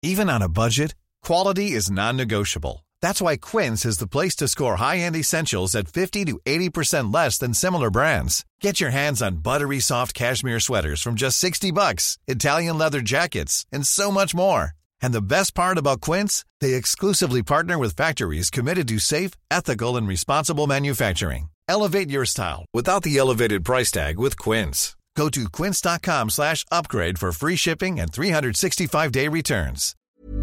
Even on a budget, quality is non-negotiable. That's why Quince is the place to score high-end essentials at 50 to 80% less than similar brands. Get your hands on buttery soft cashmere sweaters from just $60, Italian leather jackets, and so much more. And the best part about Quince, they exclusively partner with factories committed to safe, ethical, and responsible manufacturing. Elevate your style without the elevated price tag with Quince. Go to quince.com/upgrade for free shipping and 365-day returns.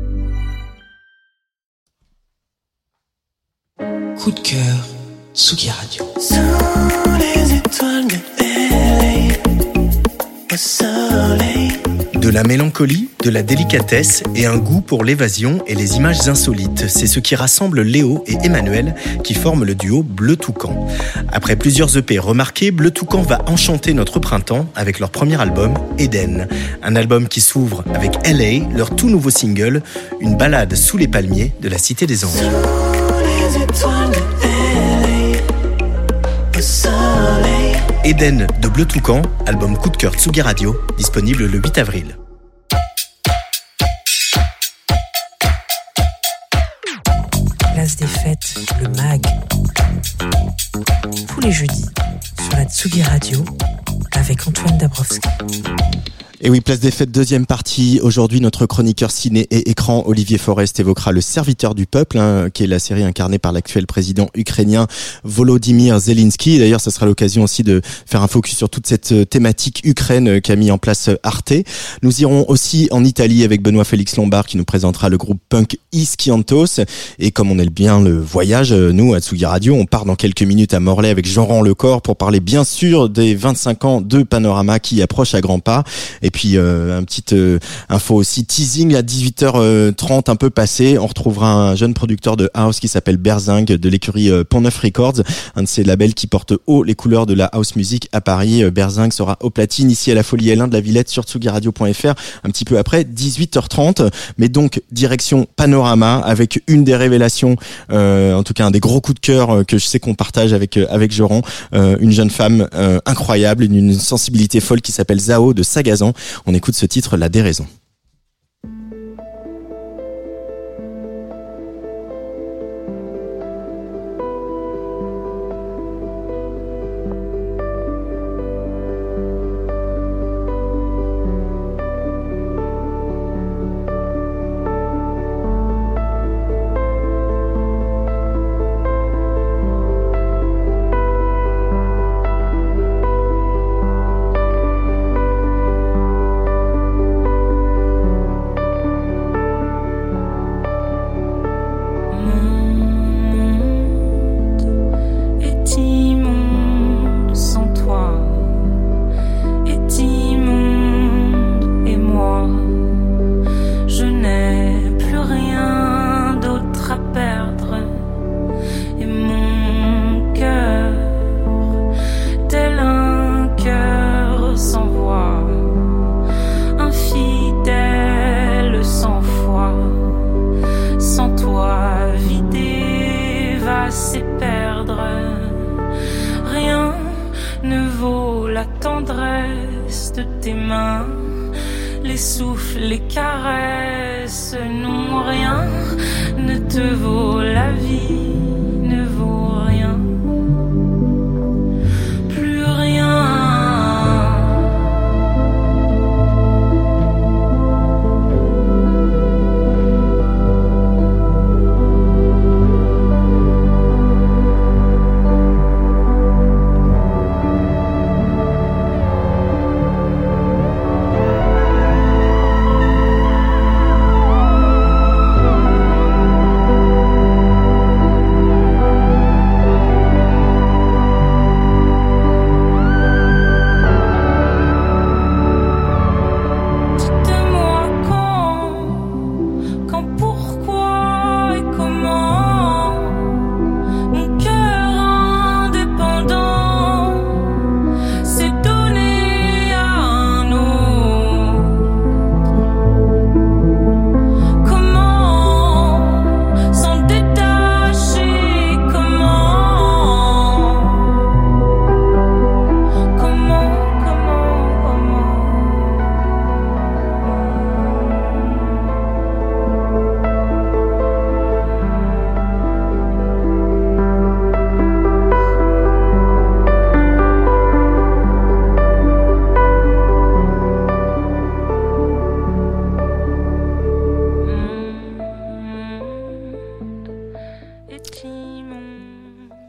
Coup de cœur, Tsugi Radio. Sous les étoiles de LA, au soleil. De la mélancolie, de la délicatesse et un goût pour l'évasion et les images insolites. C'est ce qui rassemble Léo et Emmanuel qui forment le duo Bleu Toucan. Après plusieurs EP remarqués, Bleu Toucan va enchanter notre printemps avec leur premier album, Eden. Un album qui s'ouvre avec LA, leur tout nouveau single, une balade sous les palmiers de la Cité des Anges. Sous les étoiles de LA, au soleil. Eden de Bleu Toucan, album coup de cœur Tsugi Radio, disponible le 8 avril. Place des fêtes, le MAG. Tous les jeudis, sur la Tsugi Radio, avec Antoine Dabrowski. Et oui, place des fêtes, deuxième partie. Aujourd'hui, notre chroniqueur ciné et écran, Olivier Forest, évoquera Le Serviteur du Peuple, qui est la série incarnée par l'actuel président ukrainien Volodymyr Zelensky. D'ailleurs, ça sera l'occasion aussi de faire un focus sur toute cette thématique Ukraine qu'a mis en place Arte. Nous irons aussi en Italie avec Benoît Félix Lombard qui nous présentera le groupe punk Iskiantos. Et comme on aime bien le voyage, nous, à Tsugi Radio, on part dans quelques minutes à Morlaix avec Jean-Rand Lecor pour parler bien sûr des 25 ans de Panorama qui approchent à grands pas. Et puis un petit info aussi teasing à 18h30 un peu passé, on retrouvera un jeune producteur de house qui s'appelle Berzing de l'écurie Pont-Neuf Records, un de ces labels qui porte haut les couleurs de la house music à Paris. Berzing sera au platine ici à la Folie L1 de la Villette sur tsugiradio.fr un petit peu après 18h30. Mais donc direction Panorama avec une des révélations, en tout cas un des gros coups de cœur que je sais qu'on partage avec Joran, une jeune femme incroyable, d'une sensibilité folle qui s'appelle Zao de Sagazan. On écoute ce titre, La Déraison.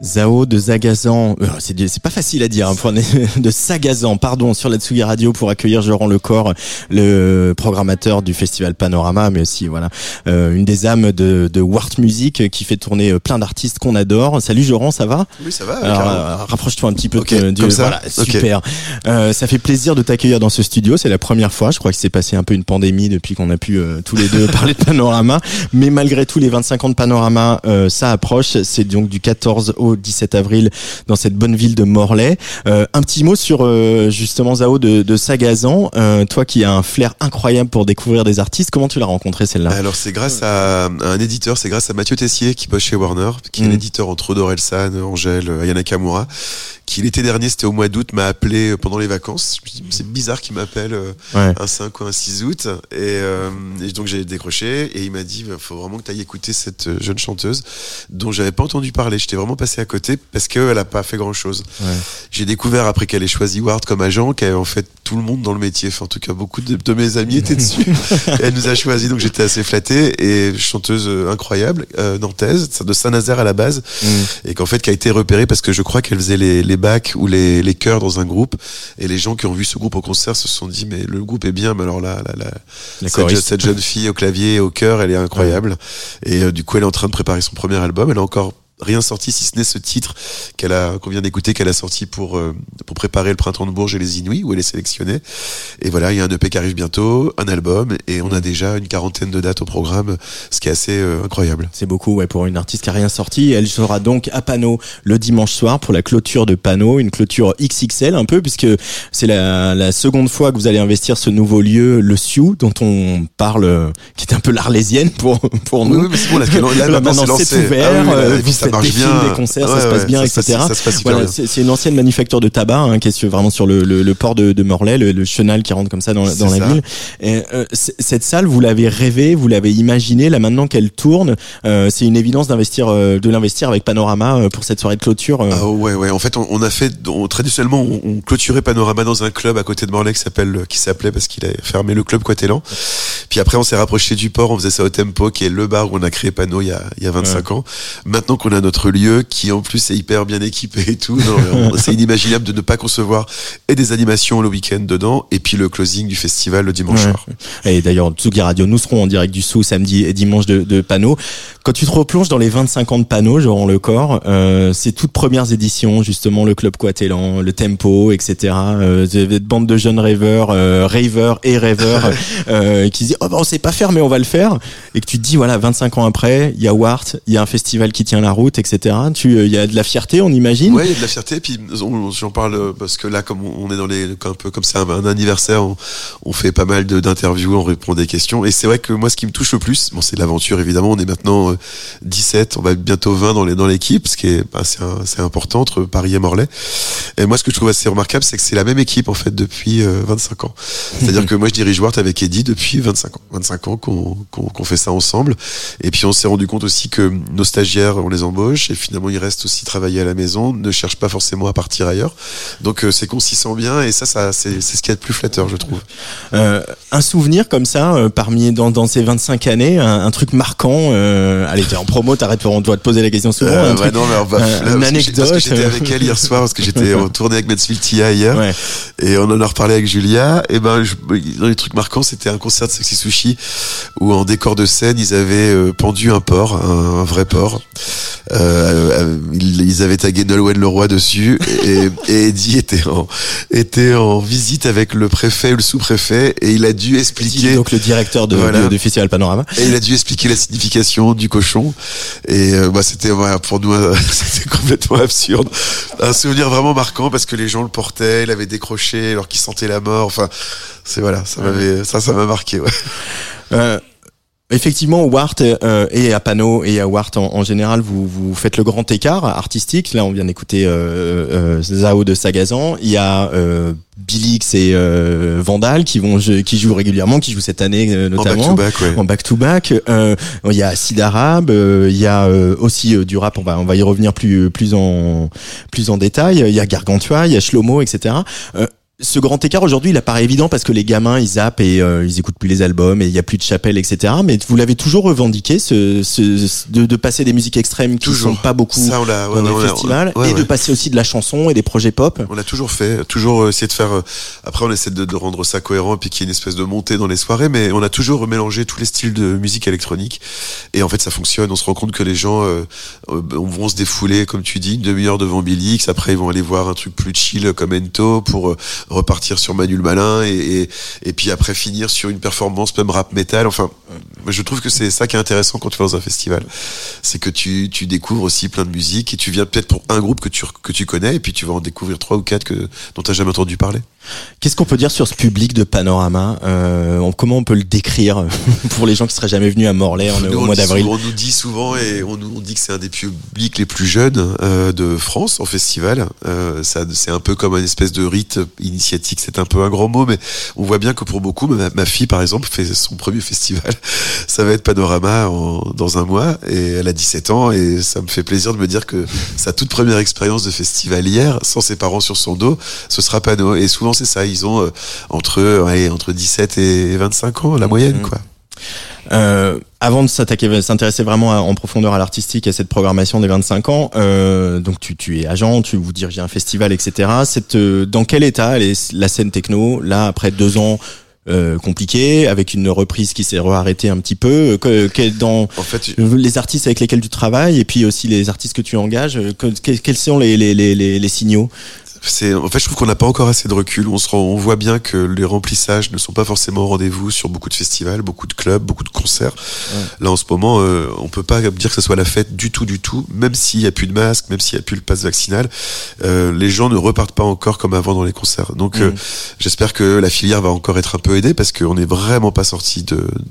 Zao de Sagazan, c'est pas facile à dire, hein, de Sagazan, pardon, sur la Tsugi Radio pour accueillir Joran Lecor, le programmateur du festival Panorama, mais aussi voilà une des âmes de Wart Music qui fait tourner plein d'artistes qu'on adore. Salut Joran, ça va? Oui, ça va. Alors, rapproche-toi un petit peu comme ça. Voilà, super. Ça fait plaisir de t'accueillir dans ce studio. C'est la première fois. Je crois qu'il s'est passé un peu une pandémie depuis qu'on a pu tous les deux parler de Panorama. Mais malgré tout, les 25 ans de Panorama, ça approche. C'est donc du 14 au 17 avril dans cette bonne ville de Morlaix. Un petit mot sur justement Zao de Sagazan. Toi qui as un flair incroyable pour découvrir des artistes, comment tu l'as rencontré celle-là? Alors c'est grâce à un éditeur, c'est grâce à Mathieu Tessier qui bosse chez Warner, qui est l'éditeur entre Dorelsan, Angèle, Ayana Kamura, qui l'été dernier, c'était au mois d'août, m'a appelé pendant les vacances. Je me dis, c'est bizarre qu'il m'appelle un 5 ou un 6 août. Et donc j'ai décroché et il m'a dit, faut vraiment que tu ailles écouter cette jeune chanteuse dont j'avais pas entendu parler. J'étais vraiment passé à côté parce qu'elle a pas fait grand chose. Ouais. J'ai découvert après qu'elle ait choisi Wart comme agent, qu'elle avait en fait tout le monde dans le métier. Enfin, en tout cas, beaucoup de mes amis étaient dessus. Elle nous a choisi, donc j'étais assez flatté. Et chanteuse incroyable, nantaise, de Saint-Nazaire à la base. Et qu'en fait, qui a été repérée parce que je crois qu'elle faisait les bacs ou les chœurs dans un groupe. Et les gens qui ont vu ce groupe au concert se sont dit, mais le groupe est bien, mais alors là, cette jeune fille au clavier et au chœur, elle est incroyable. Et du coup, elle est en train de préparer son premier album. Elle a encore rien sorti si ce n'est ce titre qu'on vient d'écouter, qu'elle a sorti pour préparer le Printemps de Bourges et les Inuits où elle est sélectionnée. Et voilà, il y a un EP qui arrive bientôt, un album, et on a déjà une 40aine de dates au programme, ce qui est assez incroyable. C'est beaucoup, ouais, pour une artiste qui a rien sorti. Elle sera donc à Pano le dimanche soir pour la clôture de Pano, une clôture XXL un peu, puisque c'est la seconde fois que vous allez investir ce nouveau lieu, le Sioux, dont on parle, qui est un peu l'arlésienne pour nous. Oui, mais c'est bon, là maintenant c'est ouvert, ça marche bien, des concerts, ça se passe bien, etc. Ça se passe voilà, bien. c'est une ancienne manufacture de tabac, hein, qui est vraiment sur le port de Morlaix, le chenal qui rentre comme ça dans la ville. Et, cette salle, vous l'avez rêvée, vous l'avez imaginée. Là maintenant qu'elle tourne, c'est une évidence de l'investir avec Panorama pour cette soirée de clôture. Ah ouais. En fait, on a fait traditionnellement, on clôturait Panorama dans un club à côté de Morlaix qui s'appelait parce qu'il a fermé le club Coatelan. Puis après, on s'est rapproché du port, on faisait ça au Tempo, qui est le bar où on a créé Pano il y a 25 ans. Maintenant qu'on a notre lieu, qui en plus est hyper bien équipé et tout, c'est inimaginable de ne pas concevoir et des animations le week-end dedans, et puis le closing du festival le dimanche soir. Et d'ailleurs, Tsugi Radio, nous serons en direct du Sous samedi et dimanche de Pano. Quand tu te replonges dans les 25 ans de Pano, Joran Lecor, ces toutes premières éditions, justement, le club Coatelan, le Tempo, etc., des bandes de jeunes rêveurs qui disent, on sait pas faire, mais on va le faire. Et que tu te dis, voilà, 25 ans après, il y a Wart, il y a un festival qui tient la route, etc. Il y a de la fierté, on imagine. Ouais, il y a de la fierté. Puis j'en parle parce que là, comme on est dans un peu comme ça, un anniversaire, on fait pas mal d'interviews, on répond des questions. Et c'est vrai que moi, ce qui me touche le plus, c'est l'aventure évidemment. On est maintenant 17, on va être bientôt 20 dans l'équipe, ce qui est assez important entre Paris et Morlaix. Et moi, ce que je trouve assez remarquable, c'est que c'est la même équipe en fait depuis 25 ans. C'est-à-dire que moi, je dirige Wart avec Eddie depuis 25 ans qu'on fait ça ensemble. Et puis on s'est rendu compte aussi que nos stagiaires, on les embauche et finalement ils restent aussi travailler à la maison, ne cherchent pas forcément à partir ailleurs. Donc c'est qu'on s'y sent bien et ça c'est ce qu'il y a de plus flatteur, je trouve. Un souvenir comme ça dans ces 25 années, un truc marquant. Allez, t'es en promo, on doit te poser la question souvent. Une anecdote. Parce que j'étais avec elle hier soir parce que j'étais en tournée avec Mansfield Tia hier et on en a reparlé avec Julia. Et dans les trucs marquants, c'était un concert de Sexy Sushi où en décor de scène ils avaient pendu un porc, un vrai porc. Ils avaient tagué Nolwenn Leroy dessus et Eddie était en visite avec le préfet ou le sous-préfet et il a dû expliquer, donc le directeur du Festival Panorama, et il a dû expliquer la signification du cochon et c'était pour nous c'était complètement absurde, un souvenir vraiment marquant parce que les gens le portaient, il avait décroché alors qu'il sentait la mort, enfin ça m'a marqué. Effectivement, Wart et à Pano et à Wart en général, vous faites le grand écart artistique. Là, on vient d'écouter Zao de Sagazan. Il y a Bilix et Vandal qui jouent régulièrement, qui jouent cette année notamment en back-to-back. Il y a Sid Arab, il y a aussi du rap. On va y revenir plus en détail. Il y a Gargantua, il y a Shlomo, etc. Ce grand écart aujourd'hui, il apparaît évident parce que les gamins, ils zappent et ils écoutent plus les albums et il y a plus de chapelle, etc. Mais vous l'avez toujours revendiqué, de passer des musiques extrêmes qui Toujours. sont pas beaucoup Ça, dans les festivals et de passer aussi de la chanson et des projets pop. On l'a toujours fait, toujours essayé de faire. Après, on essaie de rendre ça cohérent et puis qu'il y ait une espèce de montée dans les soirées, mais on a toujours mélangé tous les styles de musique électronique. Et en fait, ça fonctionne. On se rend compte que les gens vont se défouler, comme tu dis, une demi-heure devant Billy X. Après, ils vont aller voir un truc plus chill comme Ento pour repartir sur Manu le Malin et puis après finir sur une performance même rap metal. Enfin, je trouve que c'est ça qui est intéressant quand tu vas dans un festival, c'est que tu découvres aussi plein de musique et tu viens peut-être pour un groupe que tu connais et puis tu vas en découvrir 3 ou 4 dont tu n'as jamais entendu parler. Qu'est-ce qu'on peut dire sur ce public de Panorama? Comment on peut le décrire pour les gens qui seraient jamais venus à Morlaix au mois d'avril? On nous dit souvent et on dit que c'est un des publics les plus jeunes de France en festival. C'est un peu comme une espèce de rite initiatique, c'est un peu un grand mot, mais on voit bien que pour beaucoup, ma fille par exemple fait son premier festival, ça va être Panorama dans un mois et elle a 17 ans et ça me fait plaisir de me dire que sa toute première expérience de festivalière sans ses parents sur son dos, ce sera Pano. Et souvent c'est ça, ils ont entre 17 et 25 ans, la moyenne, quoi. Avant de s'intéresser vraiment en profondeur à l'artistique et à cette programmation des 25 ans, donc tu es agent, vous dirigez un festival, etc. Dans quel état est la scène techno là après 2 ans compliqués, avec une reprise qui s'est arrêtée un petit peu, en fait, les artistes avec lesquels tu travailles et puis aussi les artistes que tu engages, quels sont les signaux? En fait, je trouve qu'on n'a pas encore assez de recul. On voit bien que les remplissages ne sont pas forcément au rendez-vous sur beaucoup de festivals, beaucoup de clubs, beaucoup de concerts. Ouais. Là, en ce moment, on peut pas dire que ce soit la fête du tout, même s'il y a plus de masques, même s'il y a plus le pass vaccinal. Les gens ne repartent pas encore comme avant dans les concerts. Donc, j'espère que la filière va encore être un peu aidée parce qu'on n'est vraiment pas sorti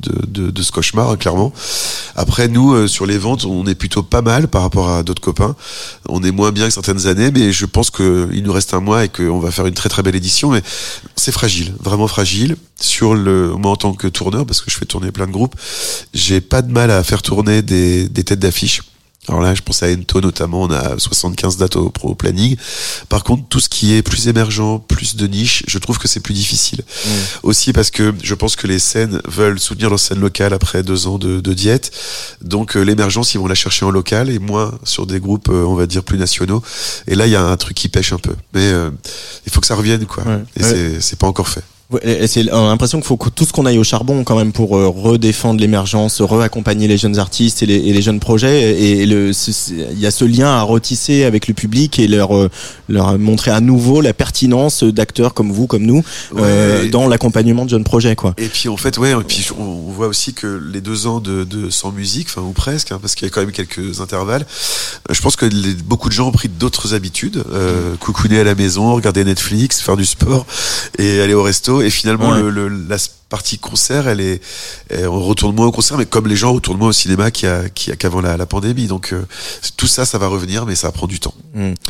de ce cauchemar, hein, clairement. Après, nous, sur les ventes, on est plutôt pas mal par rapport à d'autres copains. On est moins bien que certaines années, mais je pense qu'il nous reste un mois et qu'on va faire une très très belle édition, mais c'est fragile, vraiment fragile. Moi en tant que tourneur, parce que je fais tourner plein de groupes, j'ai pas de mal à faire tourner des têtes d'affiche. Alors là, je pense à Ento notamment, on a 75 dates au planning. Par contre, tout ce qui est plus émergent, plus de niche, je trouve que c'est plus difficile. Aussi parce que je pense que les scènes veulent soutenir leur scène locale après 2 ans de diète. Donc l'émergence, ils vont la chercher en local et moins sur des groupes, on va dire, plus nationaux. Et là, il y a un truc qui pêche un peu. Mais il faut que ça revienne, quoi. Ouais. Et c'est pas encore fait. On a l'impression qu'il faut que tout ce qu'on aille au charbon quand même pour redéfendre l'émergence, réaccompagner les jeunes artistes et les jeunes projets. Et il y a ce lien à retisser avec le public et leur montrer à nouveau la pertinence d'acteurs comme vous, comme nous, dans l'accompagnement de jeunes projets, quoi. Et puis en fait, on voit aussi que les 2 ans de sans musique, enfin ou presque, hein, parce qu'il y a quand même quelques intervalles. Je pense que beaucoup de gens ont pris d'autres habitudes, coucouner à la maison, regarder Netflix, faire du sport et aller au resto. Et finalement, la partie concert, on retourne moins au concert, mais comme les gens retournent moins au cinéma qu'avant la pandémie. Donc tout ça va revenir, mais ça prend du temps.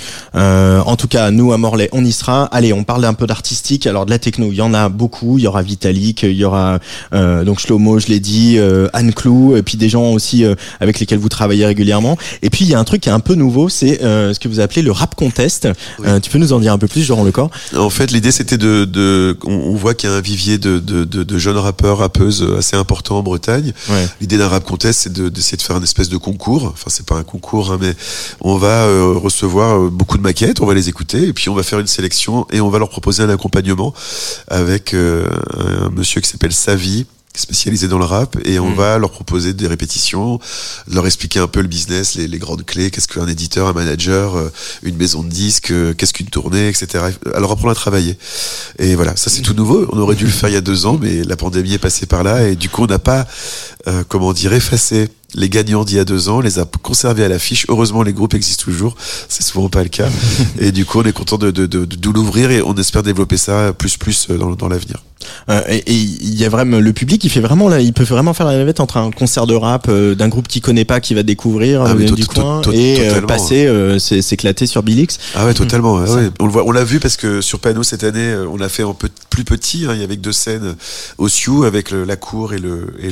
En tout cas, nous à Morlaix, on y sera. Allez, on parle un peu d'artistique. Alors de la techno, il y en a beaucoup. Il y aura Vitalik, il y aura donc Shlomo, je l'ai dit, Anne Clou, et puis des gens aussi avec lesquels vous travaillez régulièrement. Et puis il y a un truc qui est un peu nouveau, c'est ce que vous appelez le rap contest. Oui. Tu peux nous en dire un peu plus, Laurent Lecor? En fait, l'idée c'était on voit qu'il y a un vivier de jeunes rappeurs, rappeuses assez importants en Bretagne. Ouais. L'idée d'un rap contest, c'est d'essayer de faire une espèce de concours. Enfin, c'est pas un concours, hein, mais on va recevoir beaucoup de maquettes, on va les écouter, et puis on va faire une sélection et on va leur proposer un accompagnement avec un monsieur qui s'appelle Savi, spécialisé dans le rap, et on va leur proposer des répétitions, leur expliquer un peu le business, les grandes clés, qu'est-ce qu'un éditeur, un manager, une maison de disques, qu'est-ce qu'une tournée, etc. Alors apprendre à travailler. Et voilà, ça c'est tout nouveau. On aurait dû le faire il y a 2 ans, mais la pandémie est passée par là, et du coup on n'a pas, effacé les gagnants d'il y a 2 ans, on les a conservés à l'affiche. Heureusement, les groupes existent toujours. C'est souvent pas le cas. Et du coup, on est content de l'ouvrir et on espère développer ça plus dans l'avenir. Et il y a vraiment le public, il peut vraiment faire la navette entre un concert de rap d'un groupe qu'il connaît pas, qui va découvrir du coin et passer s'éclater sur Bilix. Ah ouais, totalement. Ouais. On l'a vu parce que sur Pano cette année, on l'a fait un peu plus petit. Il y avait que 2 scènes au Sioux avec la cour et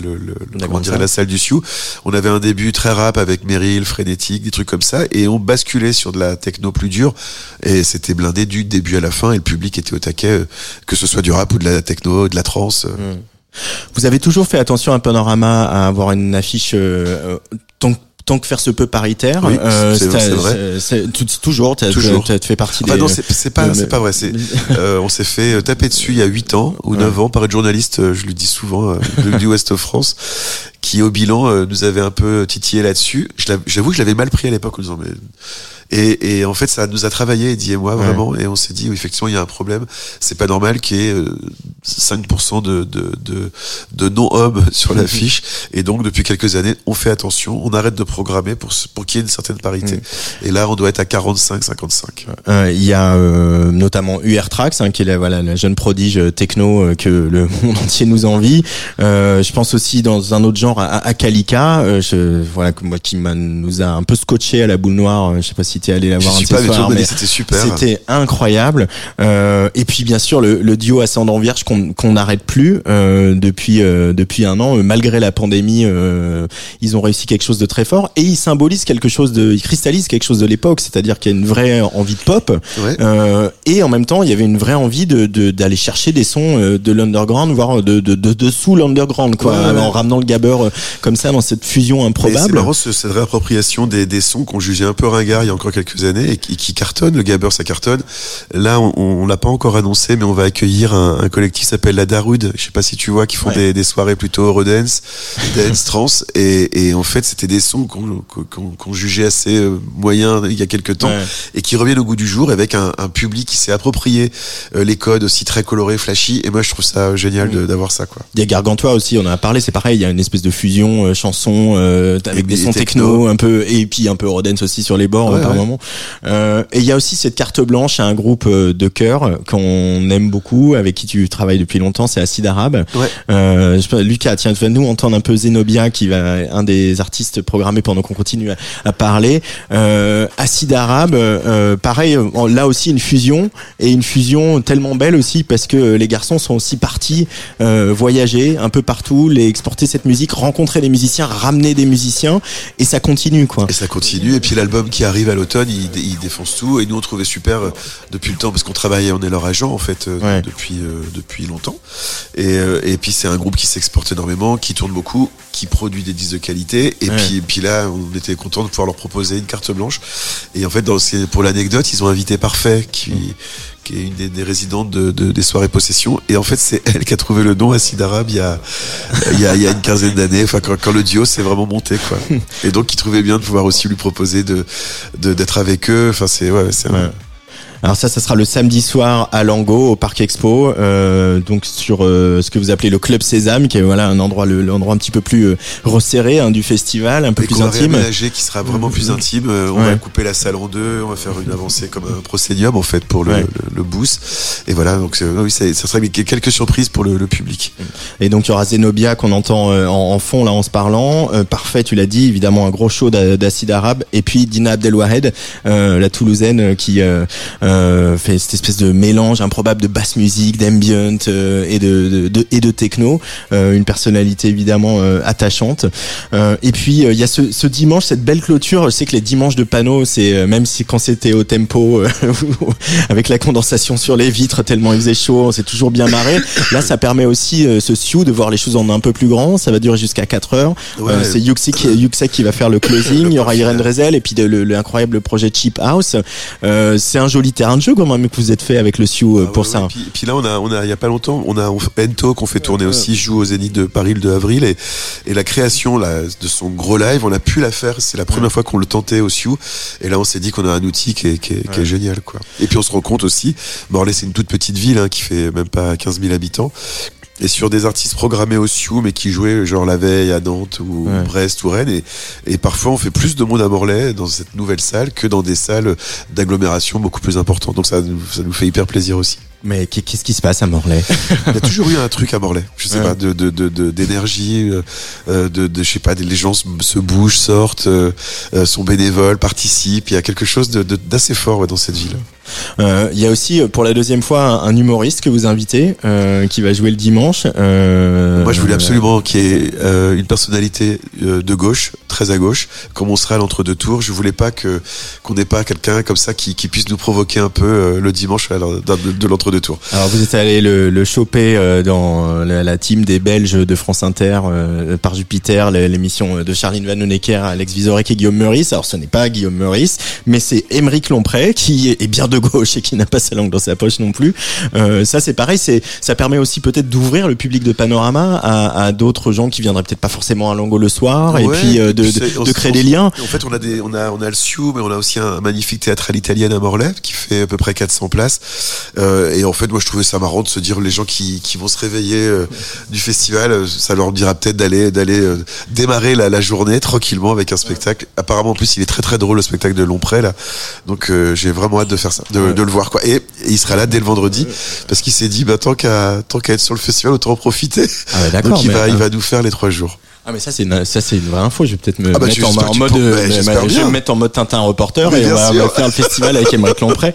la salle du Sioux. On avait un début très rap avec Meryl, Frénétique, des trucs comme ça, et on basculait sur de la techno plus dure. Et c'était blindé du début à la fin, et le public était au taquet, que ce soit du rap ou de la techno, de la trance. Vous avez toujours fait attention à Panorama à avoir une affiche tant que faire se peut paritaire. Oui, c'est vrai. Toujours. Tu fais partie des... non, c'est pas vrai. On s'est fait taper dessus il y a 8 ans ou 9 ans par une journaliste, je lui dis souvent, du Ouest of France, qui au bilan nous avait un peu titillé là-dessus. J'avoue que je l'avais mal pris à l'époque en disant mais... Et en fait, ça nous a travaillé, Eddie et moi, vraiment, et on s'est dit, effectivement, il y a un problème. C'est pas normal qu'il y ait 5% de non-hommes sur l'affiche. Et donc, depuis quelques années, on fait attention, on arrête de programmer pour qu'il y ait une certaine parité. Et là, on doit être à 45-55. Il y a notamment UR Trax, qui est la jeune prodige techno que le monde entier nous envie. Je pense aussi dans un autre genre à Kalika, qui nous a un peu scotché à la boule noire. Je sais pas si t'es allé la voir un de ces soirs, mais c'était super. C'était incroyable. Et puis bien sûr le duo Ascendant Vierge qu'on n'arrête plus depuis 1 an, malgré la pandémie. Ils ont réussi quelque chose de très fort et ils cristallisent quelque chose de l'époque, c'est-à-dire qu'il y a une vraie envie de pop, et en même temps il y avait une vraie envie d'aller chercher des sons de l'underground, voire de dessous l'underground, en ramenant le gabber comme ça dans cette fusion improbable. Et c'est marrant cette réappropriation des sons qu'on jugeait un peu ringards il y a encore quelques années et qui cartonne. Le gabber, ça cartonne. Là, on l'a pas encore annoncé, mais on va accueillir un collectif qui s'appelle la Darude. Je sais pas si tu vois, qui font des soirées plutôt Eurodance, dance, trance, et en fait, c'était des sons qu'on jugeait assez moyens il y a quelques temps, et qui reviennent au goût du jour avec un public qui s'est approprié les codes aussi très colorés, flashy. Et moi, je trouve ça génial d'avoir ça, quoi. Il y a Gargantua aussi, on en a parlé, c'est pareil. Il y a une espèce de fusion chanson avec des sons techno un peu, et puis un peu Eurodance aussi sur les bords. Par moment. Et il y a aussi cette carte blanche à un groupe de chœur qu'on aime beaucoup, avec qui tu travailles depuis longtemps, c'est Acide Arabe. Lucas, tiens, tu vas nous entendre un peu Zenobia, qui va un des artistes programmés pendant qu'on continue à parler. Acide Arabe, pareil, là aussi une fusion tellement belle aussi, parce que les garçons sont aussi partis voyager un peu partout, exporter cette musique, rencontrer des musiciens, ramener des musiciens, et ça continue, quoi. Et ça continue, et puis l'album qui arrive à l'automne, il défonce tout, et nous on trouvait super depuis le temps, parce qu'on travaillait, on est leur agent en fait depuis longtemps, et puis c'est un groupe qui s'exporte énormément, qui tourne beaucoup, qui produit des disques de qualité, et puis là on était content de pouvoir leur proposer une carte blanche. Et en fait, pour l'anecdote, ils ont invité Parfait, qui est une des résidentes des soirées Possession, et en fait c'est elle qui a trouvé le nom Acide Arabe il y a une quinzaine d'années, enfin quand le duo s'est vraiment monté, quoi. Et donc il trouvait bien de pouvoir aussi lui proposer d'être avec eux. Enfin Alors ça sera le samedi soir à Lango, au Parc Expo, donc sur ce que vous appelez le Club Sésame, qui est l'endroit un petit peu plus resserré du festival, un peu plus intime. Aménagé, qui sera vraiment plus intime. On va couper la salle en deux, on va faire une avancée comme un proscenium en fait pour le boost. Et voilà, donc ça sera quelques surprises pour le public. Et donc il y aura Zenobia qu'on entend en fond là en se parlant. Parfait, tu l'as dit, évidemment un gros show d'Acide Arabe, et puis Dina Abdelwahed, la Toulousaine, qui fait cette espèce de mélange improbable de basse musique, d'ambient et de techno, une personnalité évidemment attachante. Et puis il y a ce dimanche, cette belle clôture. Je sais que les dimanches de Pano, c'est même si quand c'était au tempo avec la condensation sur les vitres tellement il faisait chaud, on s'est toujours bien marré. Là, ça permet aussi ce Sioux de voir les choses en un peu plus grand. Ça va durer jusqu'à 4 heures. C'est Yuxek qui va faire le closing. Il y aura Irène Drezel, et puis l'incroyable projet Cheap House. C'est un joli terrain de jeu quand même que vous êtes fait avec le Sioux pour ça. Puis là, on a il y a pas longtemps, on a Ento qu'on fait tourner aussi, joue au Zénith de Paris le 2 avril, et la création là de son gros live, on a pu la faire. C'est la première fois qu'on le tentait au Sioux, et là on s'est dit qu'on a un outil qui est génial, quoi. Et puis on se rend compte aussi, Morlaix c'est une toute petite ville qui fait même pas 15 000 habitants. Et sur des artistes programmés au Sioux, mais qui jouaient genre la veille à Nantes ou Brest ou Rennes, et parfois on fait plus de monde à Morlaix dans cette nouvelle salle que dans des salles d'agglomération beaucoup plus importantes. Donc ça nous fait hyper plaisir aussi. Mais qu'est-ce qui se passe à Morlaix? Il y a toujours eu un truc à Morlaix. Je sais pas, d'énergie, je sais pas, les gens se bougent, sortent, sont bénévoles, participent. Il y a quelque chose d'assez fort dans cette ville. Il y a aussi pour la deuxième fois un humoriste que vous invitez qui va jouer le dimanche. Moi je voulais absolument qu'il y ait une personnalité de gauche, très à gauche, comme on sera à l'entre-deux tours. Je voulais pas qu'on n'ait pas quelqu'un comme ça qui puisse nous provoquer un peu le dimanche de l'entre-deux tours. Alors vous êtes allé le choper dans la team des Belges de France Inter par Jupiter, l'émission de Charline Vanhoenacker, Alex Vizorek et Guillaume Meurice. Alors ce n'est pas Guillaume Meurice, mais c'est Aymeric Lompré qui est bien de gauche et qui n'a pas sa langue dans sa poche non plus. Ça c'est pareil, ça permet aussi peut-être d'ouvrir le public de Panorama à d'autres gens qui viendraient peut-être pas forcément à Lango le soir, et puis de créer des liens. En fait, on a le Sioux, mais on a aussi un magnifique théâtre à l'italienne à Morlaix qui fait à peu près 400 places. Et en fait, moi je trouvais ça marrant de se dire les gens qui vont se réveiller du festival, ça leur dira peut-être d'aller démarrer la journée tranquillement avec un spectacle. Apparemment en plus il est très très drôle, le spectacle de Lompré là. Donc j'ai vraiment hâte de faire ça. De le voir quoi, et il sera là dès le vendredi parce qu'il s'est dit tant qu'à être sur le festival autant en profiter. Donc il va nous faire les 3 jours. Ah mais ça c'est une vraie info. Je vais peut-être me mettre je vais me mettre en mode Tintin reporter et on va faire le festival avec Aymeric Lompré.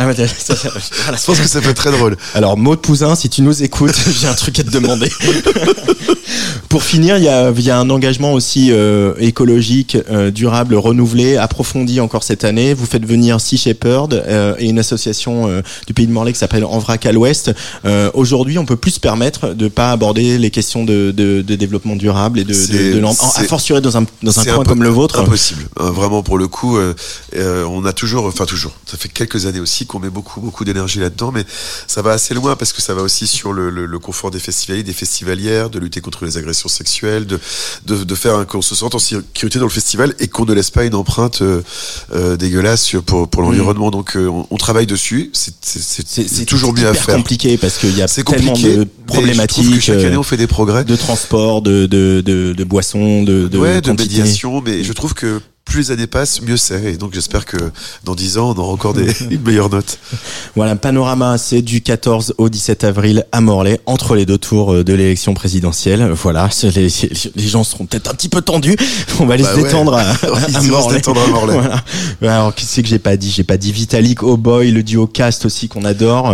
Je pense que ça peut être très drôle. Alors Maud Pouzin, si tu nous écoutes, j'ai un truc à te demander. Pour finir, il y a un engagement aussi écologique, durable, renouvelé, approfondi encore cette année. Vous faites venir Sea Shepherd et une association du pays de Morlaix qui s'appelle En Vrac à l'Ouest. Aujourd'hui, on peut plus se permettre de pas aborder les questions de développement durable et à fortiori dans un coin comme le vôtre. Impossible. Vraiment, pour le coup, on a toujours, ça fait quelques années aussi qu'on met beaucoup d'énergie là-dedans, mais ça va assez loin parce que ça va aussi sur le confort des festivaliers, des festivalières, de lutter contre les agressions sexuelles, de faire qu'on se sente en sécurité dans le festival et qu'on ne laisse pas une empreinte dégueulasse pour l'environnement. Donc on travaille dessus. C'est toujours mieux à faire. C'est compliqué parce qu'il y a tellement de problématiques. Je trouve que chaque année on fait des progrès. De transport, de boissons, de médiation, mais je trouve que plus les années passent, mieux c'est. Et donc j'espère que dans 10 ans, on aura encore une meilleure note. Voilà, Panorama, c'est du 14 au 17 avril à Morlaix, entre les 2 tours de l'élection présidentielle. Voilà, les gens seront peut-être un petit peu tendus. On va aller se détendre à Morlaix. Voilà. Alors, qu'est-ce que j'ai pas dit? J'ai pas dit Vitalik, Oh Boy, le duo Cast aussi qu'on adore.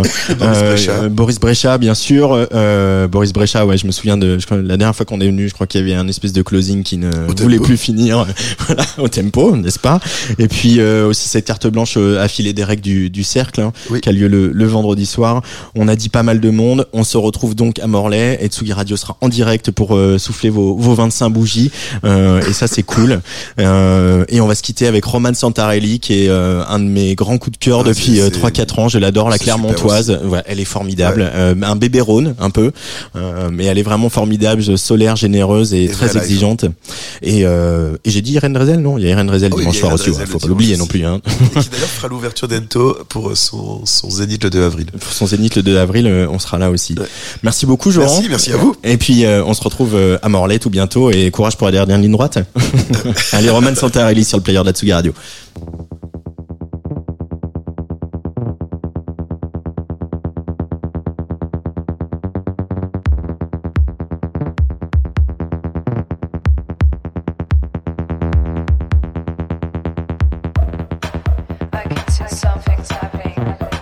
Boris Brejcha, bien sûr. Boris Brejcha, ouais, je me souviens la dernière fois qu'on est venu, je crois qu'il y avait un espèce de closing qui ne voulait plus finir. Voilà, au tempo, n'est-ce pas? Et puis aussi cette carte blanche à filer des règles du cercle qui a lieu le vendredi soir. On a dit pas mal de monde. On se retrouve donc à Morlaix et Tsugi Radio sera en direct pour souffler vos 25 bougies et ça c'est cool. Et on va se quitter avec Romane Santarelli qui est un de mes grands coups de cœur depuis 3-4 ans. Je l'adore, la Clermontoise. Voilà, elle est formidable. Un bébé Rhône un peu, mais elle est vraiment formidable, solaire, généreuse et très exigeante. Et j'ai dit Irène Drezel, non? Il y a Irène Drezel dimanche soir aussi, faut pas l'oublier non plus. Et qui d'ailleurs fera l'ouverture d'Ento pour son Zénith le 2 avril. Pour son Zénith le 2 avril, on sera là aussi. Ouais. Merci beaucoup, Joran. Merci à vous. Et puis on se retrouve à Morlaix tout bientôt et courage pour la dernière ligne droite. Allez, Romane Santarelli sur le player de la Tsugi Radio. Something's happening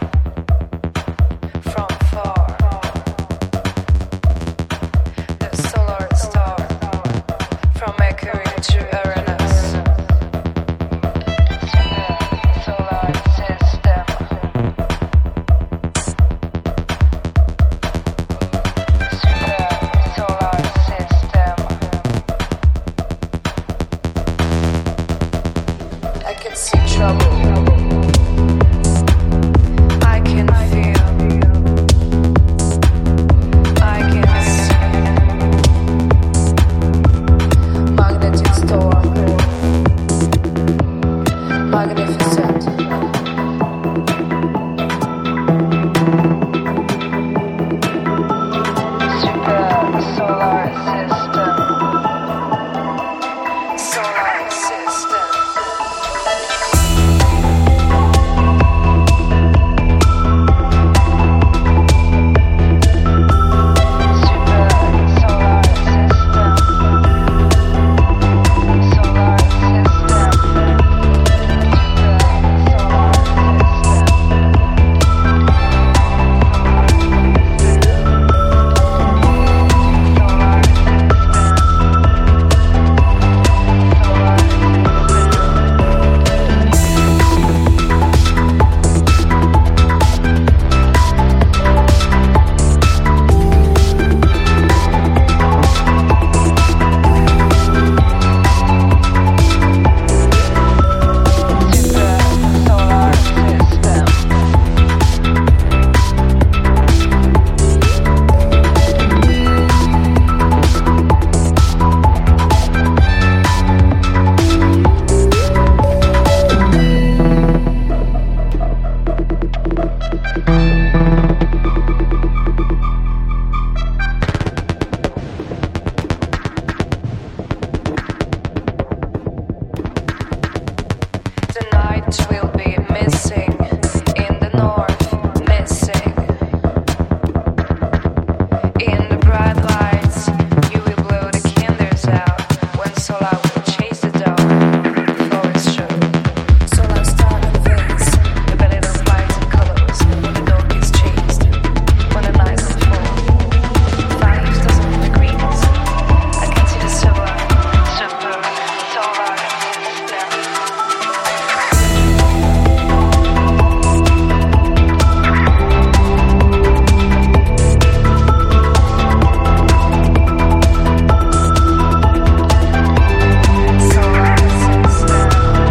from far. The solar star from Mercury to Uranus. Solar system. Super solar system. I can see trouble. Solar system. much will be missing in the north, missing. In the bright lights, you will blow the candles out when solar will chase the dawn. The forest show. Solar star unveils the palette of lights and colors when the dog is chased. When the night will fall, 5,000 degrees. I can see the silver, super, solar system. Solar system.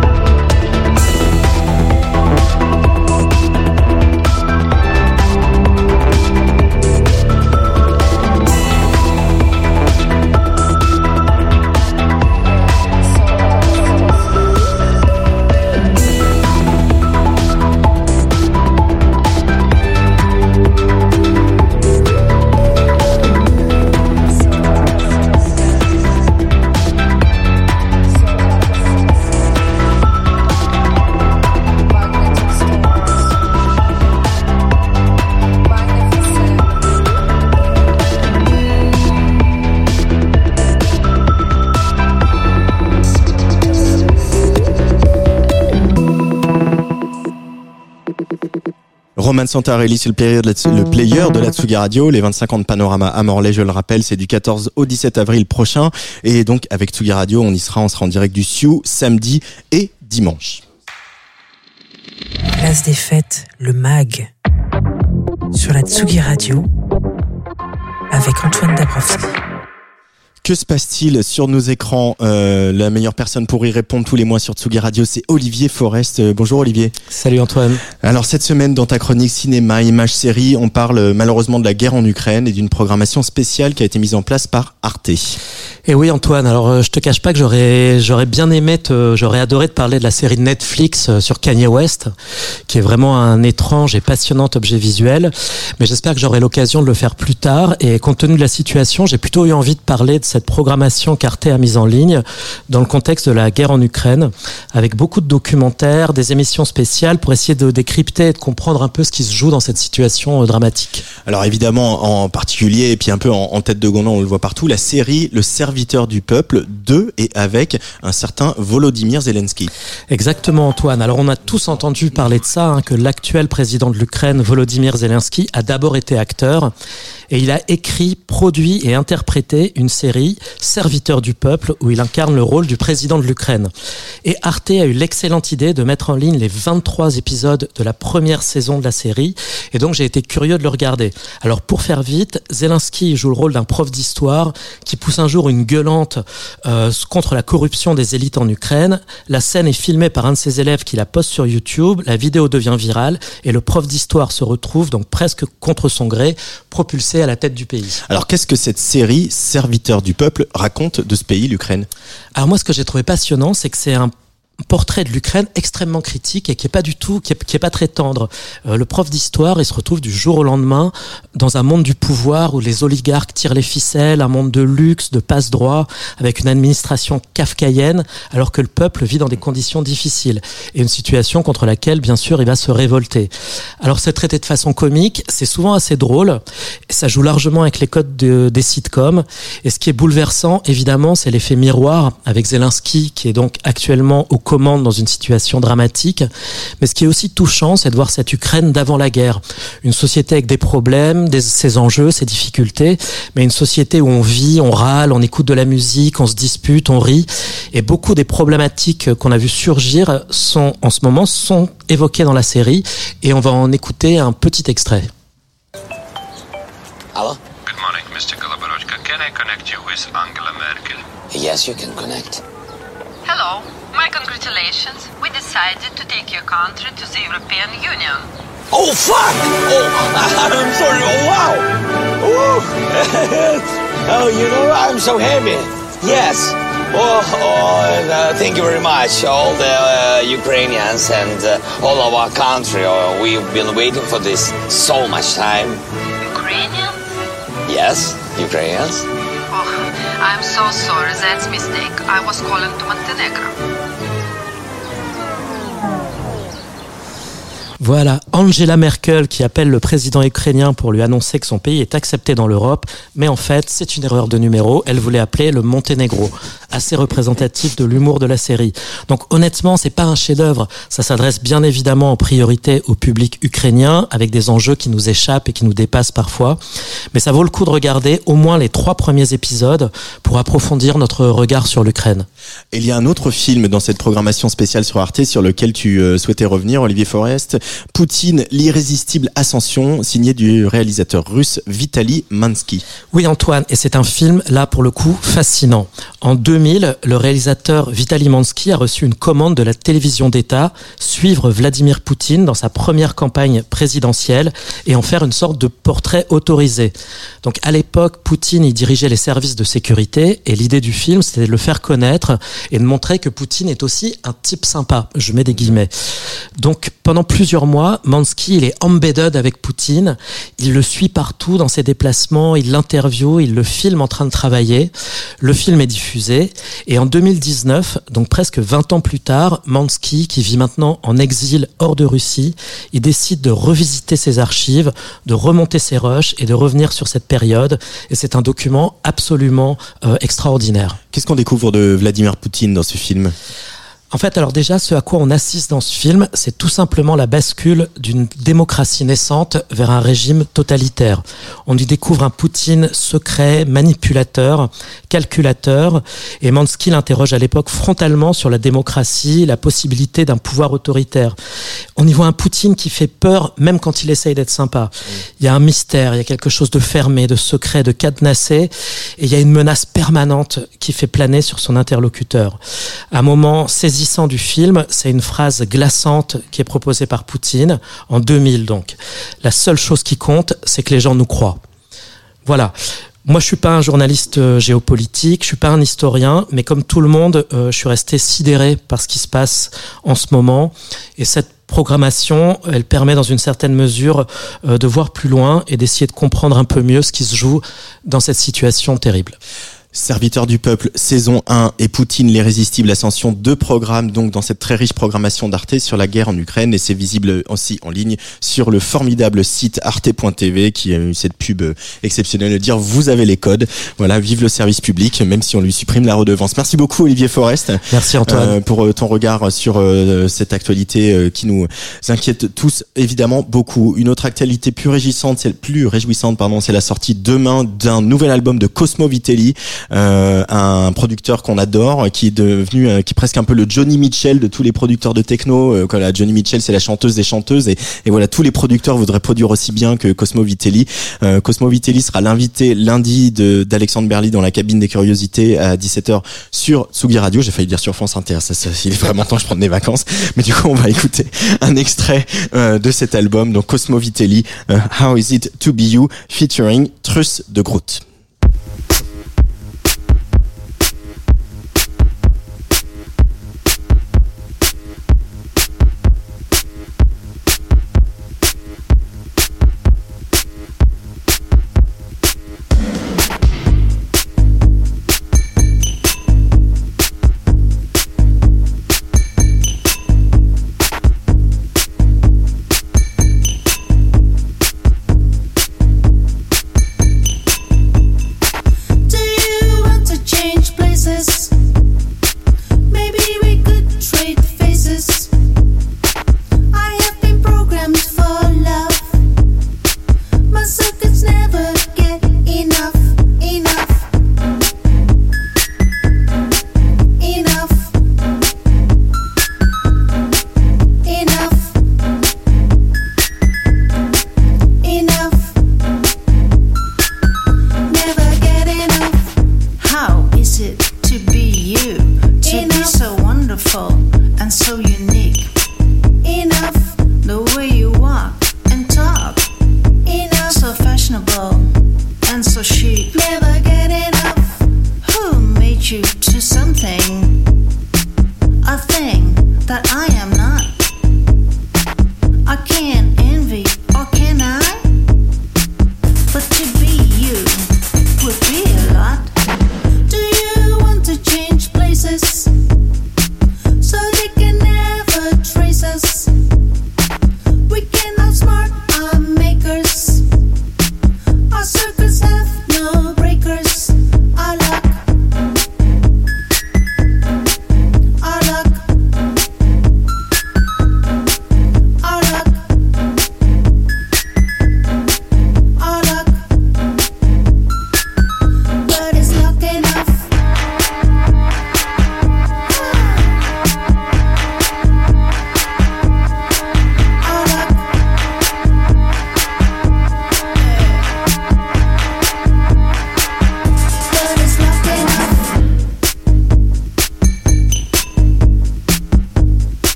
Magnetic storms. Magnificent. Roman Santarelli, c'est le player de la Tsugi Radio. Les 25 ans de Panorama à Morlaix, je le rappelle, c'est du 14 au 17 avril prochain. Et donc, avec Tsugi Radio, on sera en direct du Sioux, samedi et dimanche. Place des fêtes, le MAG. Sur la Tsugi Radio. Avec Antoine Dabrowski. Que se passe-t-il sur nos écrans? La meilleure personne pour y répondre tous les mois sur Tsugi Radio, c'est Olivier Forest. Bonjour Olivier. Salut Antoine. Alors cette semaine, dans ta chronique cinéma, images, séries, on parle malheureusement de la guerre en Ukraine et d'une programmation spéciale qui a été mise en place par Arte. Et oui Antoine, alors je te cache pas que j'aurais bien aimé, j'aurais adoré te parler de la série de Netflix sur Kanye West, qui est vraiment un étrange et passionnant objet visuel, mais j'espère que j'aurai l'occasion de le faire plus tard. Et compte tenu de la situation, j'ai plutôt eu envie de parler de cette programmation qu'Arte a mise en ligne dans le contexte de la guerre en Ukraine, avec beaucoup de documentaires, des émissions spéciales pour essayer de décrypter et de comprendre un peu ce qui se joue dans cette situation dramatique. Alors évidemment, en particulier, et puis un peu en tête de gondole, on le voit partout, la série Le Serviteur du Peuple de et avec un certain Volodymyr Zelensky. Exactement Antoine. Alors on a tous entendu parler de ça, que l'actuel président de l'Ukraine, Volodymyr Zelensky, a d'abord été acteur et il a écrit, produit et interprété une série Serviteur du Peuple où il incarne le rôle du président de l'Ukraine. Et Arte a eu l'excellente idée de mettre en ligne les 23 épisodes de la première saison de la série et donc j'ai été curieux de le regarder. Alors pour faire vite, Zelensky joue le rôle d'un prof d'histoire qui pousse un jour une gueulante contre la corruption des élites en Ukraine. La scène est filmée par un de ses élèves qui la poste sur YouTube, la vidéo devient virale et le prof d'histoire se retrouve donc presque contre son gré propulsé à la tête du pays. Alors qu'est-ce que cette série Serviteur du Peuple raconte de ce pays, l'Ukraine? Alors moi ce que j'ai trouvé passionnant, c'est que c'est un portrait de l'Ukraine extrêmement critique et qui est pas très tendre. Le prof d'histoire, il se retrouve du jour au lendemain dans un monde du pouvoir où les oligarques tirent les ficelles, un monde de luxe, de passe-droit, avec une administration kafkaïenne, alors que le peuple vit dans des conditions difficiles et une situation contre laquelle, bien sûr, il va se révolter. Alors c'est traité de façon comique, c'est souvent assez drôle, ça joue largement avec les codes des sitcoms, et ce qui est bouleversant, évidemment, c'est l'effet miroir avec Zelensky, qui est donc actuellement au commande dans une situation dramatique. Mais ce qui est aussi touchant, c'est de voir cette Ukraine d'avant la guerre. Une société avec des problèmes, ses enjeux, ses difficultés, mais une société où on vit, on râle, on écoute de la musique, on se dispute, on rit. Et beaucoup des problématiques qu'on a vu surgir en ce moment sont évoquées dans la série. Et on va en écouter un petit extrait. Hello? Good morning, Mr. Koloborochka. Can I connect you with Angela Merkel? Yes, you can connect. Hello. My congratulations. We decided to take your country to the European Union. Oh, fuck! Oh, I'm sorry. Oh, wow! Oh, you know, I'm so happy. Yes. Thank you very much, all the Ukrainians and all of our country. We've been waiting for this so much time. Ukrainians? Yes, Ukrainians. Oh, I'm so sorry. That's a mistake. I was calling to Montenegro. Voilà, Angela Merkel qui appelle le président ukrainien pour lui annoncer que son pays est accepté dans l'Europe, mais en fait c'est une erreur de numéro, elle voulait appeler le Monténégro, assez représentatif de l'humour de la série. Donc honnêtement c'est pas un chef-d'œuvre, ça s'adresse bien évidemment en priorité au public ukrainien avec des enjeux qui nous échappent et qui nous dépassent parfois, mais ça vaut le coup de regarder au moins les 3 premiers épisodes pour approfondir notre regard sur l'Ukraine. Et il y a un autre film dans cette programmation spéciale sur Arte sur lequel tu souhaitais revenir, Olivier Forest, Poutine, l'irrésistible ascension, signé du réalisateur russe Vitaly Mansky. Oui Antoine, et c'est un film là pour le coup fascinant. En 2000, le réalisateur Vitaly Mansky a reçu une commande de la télévision d'État, suivre Vladimir Poutine dans sa première campagne présidentielle et en faire une sorte de portrait autorisé. Donc à l'époque, Poutine y dirigeait les services de sécurité et l'idée du film c'était de le faire connaître et de montrer que Poutine est aussi un type sympa, je mets des guillemets. Donc pendant plusieurs mois, Mansky il est embedded avec Poutine, il le suit partout dans ses déplacements, il l'interviewe, il le filme en train de travailler. Le film est diffusé et en 2019, donc presque 20 ans plus tard, Mansky, qui vit maintenant en exil hors de Russie, il décide de revisiter ses archives, de remonter ses rushs et de revenir sur cette période et c'est un document absolument extraordinaire. Qu'est-ce qu'on découvre de Vladimir Poutine dans ce film ? En fait, alors déjà, ce à quoi on assiste dans ce film, c'est tout simplement la bascule d'une démocratie naissante vers un régime totalitaire. On y découvre un Poutine secret, manipulateur, calculateur, et Mansky l'interroge à l'époque frontalement sur la démocratie, la possibilité d'un pouvoir autoritaire. On y voit un Poutine qui fait peur, même quand il essaye d'être sympa. Il y a un mystère, il y a quelque chose de fermé, de secret, de cadenassé, et il y a une menace permanente qui fait planer sur son interlocuteur. À un moment saisissant du film, c'est une phrase glaçante qui est proposée par Poutine en 2000 donc. La seule chose qui compte, c'est que les gens nous croient. Voilà. Moi, je suis pas un journaliste géopolitique, je suis pas un historien, mais comme tout le monde, je suis resté sidéré par ce qui se passe en ce moment. Et cette programmation, elle permet dans une certaine mesure de voir plus loin et d'essayer de comprendre un peu mieux ce qui se joue dans cette situation terrible. Serviteur du peuple, saison 1 et Poutine, l'irrésistible ascension, 2 programmes donc dans cette très riche programmation d'Arte sur la guerre en Ukraine et c'est visible aussi en ligne sur le formidable site arte.tv qui a eu cette pub exceptionnelle de dire vous avez les codes. Voilà, vive le service public même si on lui supprime la redevance. Merci beaucoup Olivier Forest. Merci Antoine. Pour ton regard sur cette actualité qui nous inquiète tous évidemment beaucoup. Une autre actualité plus réjouissante, c'est la sortie demain d'un nouvel album de Cosmo Vitelli. Un producteur qu'on adore, qui est devenu qui est presque un peu le Johnny Mitchell de tous les producteurs de techno. Voilà, Johnny Mitchell c'est la chanteuse des chanteuses et voilà, tous les producteurs voudraient produire aussi bien que Cosmo Vitelli. Cosmo Vitelli sera l'invité lundi d'Alexandre Berly dans la cabine des curiosités à 17h sur Tsugi Radio. J'ai failli dire sur France Inter, ça il est vraiment temps que je prenne des vacances, mais du coup on va écouter un extrait de cet album, donc Cosmo Vitelli, How Is It To Be You featuring Truss de Groot.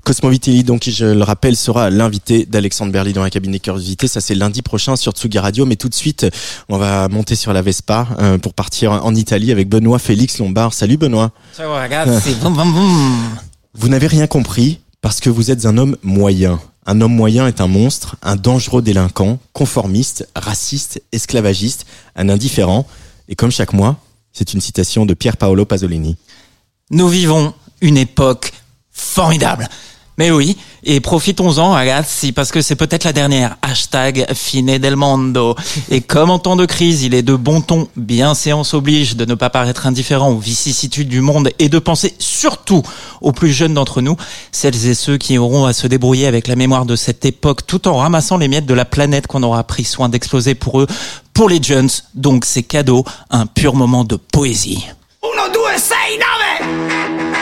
Cosmo Vitelli, donc, je le rappelle, sera l'invité d'Alexandre Berly dans la cabine Curiosité. Ça, c'est lundi prochain sur Tsugi Radio. Mais tout de suite, on va monter sur la Vespa pour partir en Italie avec Benoît Félix Lombard. Salut Benoît. Ciao ragazzi, boum boum boum. Vous n'avez rien compris parce que vous êtes un homme moyen. Un homme moyen est un monstre, un dangereux délinquant, conformiste, raciste, esclavagiste, un indifférent. Et comme chaque mois, c'est une citation de Pier Paolo Pasolini. Nous vivons une époque formidable. Mais oui, et profitons-en ragazzi, parce que c'est peut-être la dernière. #fine del mondo. Et comme en temps de crise, il est de bon ton, bien séance oblige, de ne pas paraître indifférent aux vicissitudes du monde et de penser surtout aux plus jeunes d'entre nous, celles et ceux qui auront à se débrouiller avec la mémoire de cette époque tout en ramassant les miettes de la planète qu'on aura pris soin d'exploser pour eux, pour les jeunes. Donc c'est cadeau, un pur moment de poésie. 1, 2, 6, 9!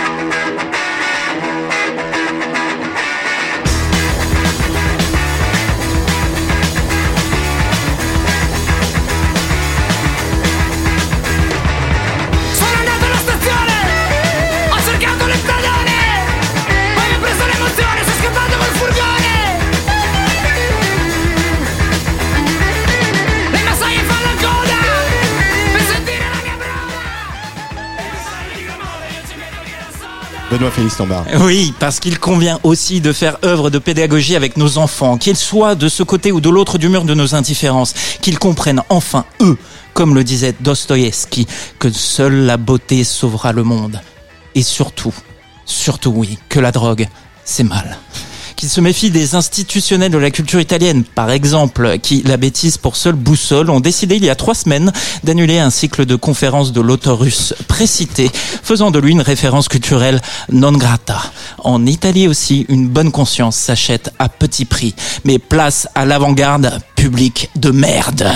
Benoît Félix Lombard. Oui, parce qu'il convient aussi de faire œuvre de pédagogie avec nos enfants, qu'ils soient de ce côté ou de l'autre du mur de nos indifférences, qu'ils comprennent enfin, eux, comme le disait Dostoïevski, que seule la beauté sauvera le monde. Et surtout oui, que la drogue, c'est mal. Qu'ils se méfient des institutionnels de la culture italienne, par exemple, qui, la bêtise pour seule boussole, ont décidé il y a 3 semaines d'annuler un cycle de conférences de l'auteur russe précité, faisant de lui une référence culturelle non grata. En Italie aussi, une bonne conscience s'achète à petit prix. Mais place à l'avant-garde, public de merde.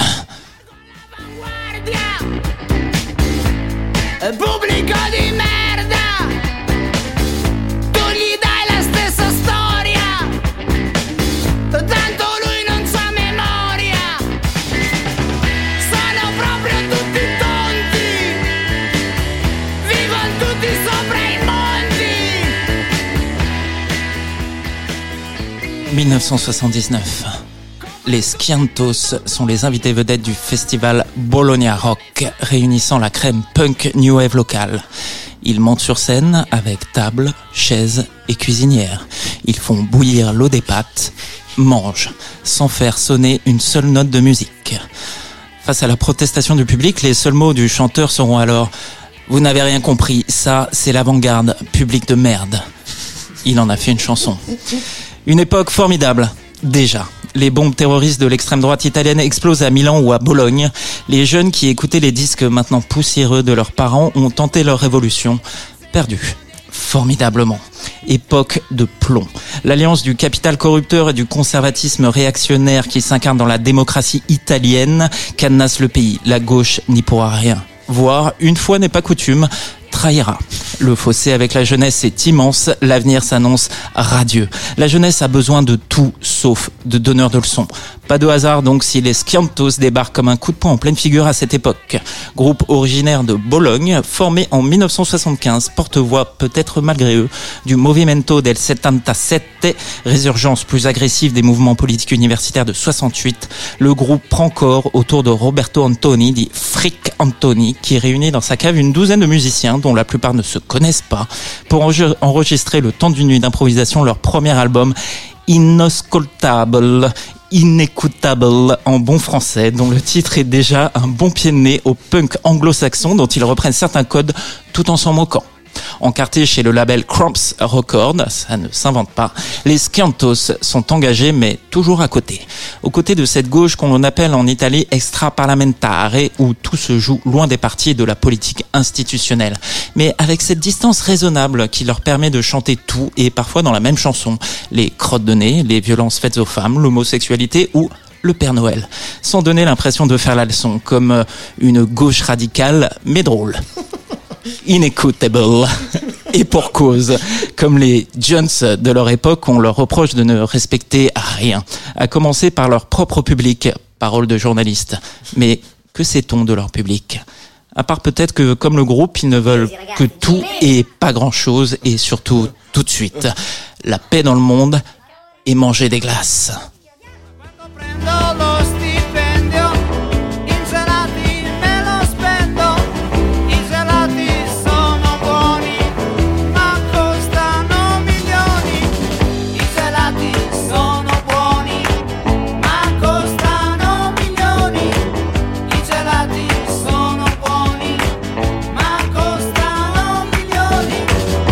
Pubblico di merda, tu gli dai la stessa storia, tanto lui non sa memoria, sono proprio tutti tonti, vivono tutti sopra i monti. 1979. Les Schiantos sont les invités vedettes du festival Bologna Rock, réunissant la crème punk new wave locale. Ils montent sur scène avec table, chaises et cuisinière. Ils font bouillir l'eau des pâtes, mangent, sans faire sonner une seule note de musique. Face à la protestation du public, les seuls mots du chanteur seront alors « Vous n'avez rien compris, ça c'est l'avant-garde, public de merde ». Il en a fait une chanson. Une époque formidable, déjà. Les bombes terroristes de l'extrême droite italienne explosent à Milan ou à Bologne. Les jeunes qui écoutaient les disques maintenant poussiéreux de leurs parents ont tenté leur révolution. Perdu. Formidablement. Époque de plomb. L'alliance du capital corrupteur et du conservatisme réactionnaire qui s'incarne dans la démocratie italienne cadenasse le pays. La gauche n'y pourra rien. Voire, une fois n'est pas coutume, trahira. Le fossé avec la jeunesse est immense, l'avenir s'annonce radieux. La jeunesse a besoin de tout sauf de donneurs de leçons. Pas de hasard donc si les Schiantos débarquent comme un coup de poing en pleine figure à cette époque. Groupe originaire de Bologne, formé en 1975, porte-voix peut-être malgré eux du Movimento del 77, résurgence plus agressive des mouvements politiques universitaires de 68. Le groupe prend corps autour de Roberto Antoni, dit Frick Antoni, qui réunit dans sa cave une douzaine de musiciens dont la plupart ne se connaissent pas pour enregistrer le temps d'une nuit d'improvisation leur premier album Inoscoltable, inécoutable en bon français, dont le titre est déjà un bon pied de nez au punk anglo-saxon dont ils reprennent certains codes tout en s'en moquant. Encartés chez le label Cramps Records, ça ne s'invente pas, les Schiantos sont engagés mais toujours à côté. Aux côtés de cette gauche qu'on appelle en Italie extraparlamentare, où tout se joue loin des partis et de la politique institutionnelle. Mais avec cette distance raisonnable qui leur permet de chanter tout et parfois dans la même chanson. Les crottes de nez, les violences faites aux femmes, l'homosexualité ou le Père Noël. Sans donner l'impression de faire la leçon, comme une gauche radicale mais drôle. Inécoutable. Et pour cause. Comme les Jones de leur époque, on leur reproche de ne respecter rien. À commencer par leur propre public. Parole de journaliste. Mais que sait-on de leur public ? À part peut-être que, comme le groupe, ils ne veulent que tout et pas grand-chose, et surtout tout de suite. la paix dans le monde et manger des glaces. Prendo lo stipendio, i gelati me lo spendo, i gelati sono buoni, ma costano milioni, i gelati sono buoni, ma costano milioni, i gelati sono buoni, ma costano milioni,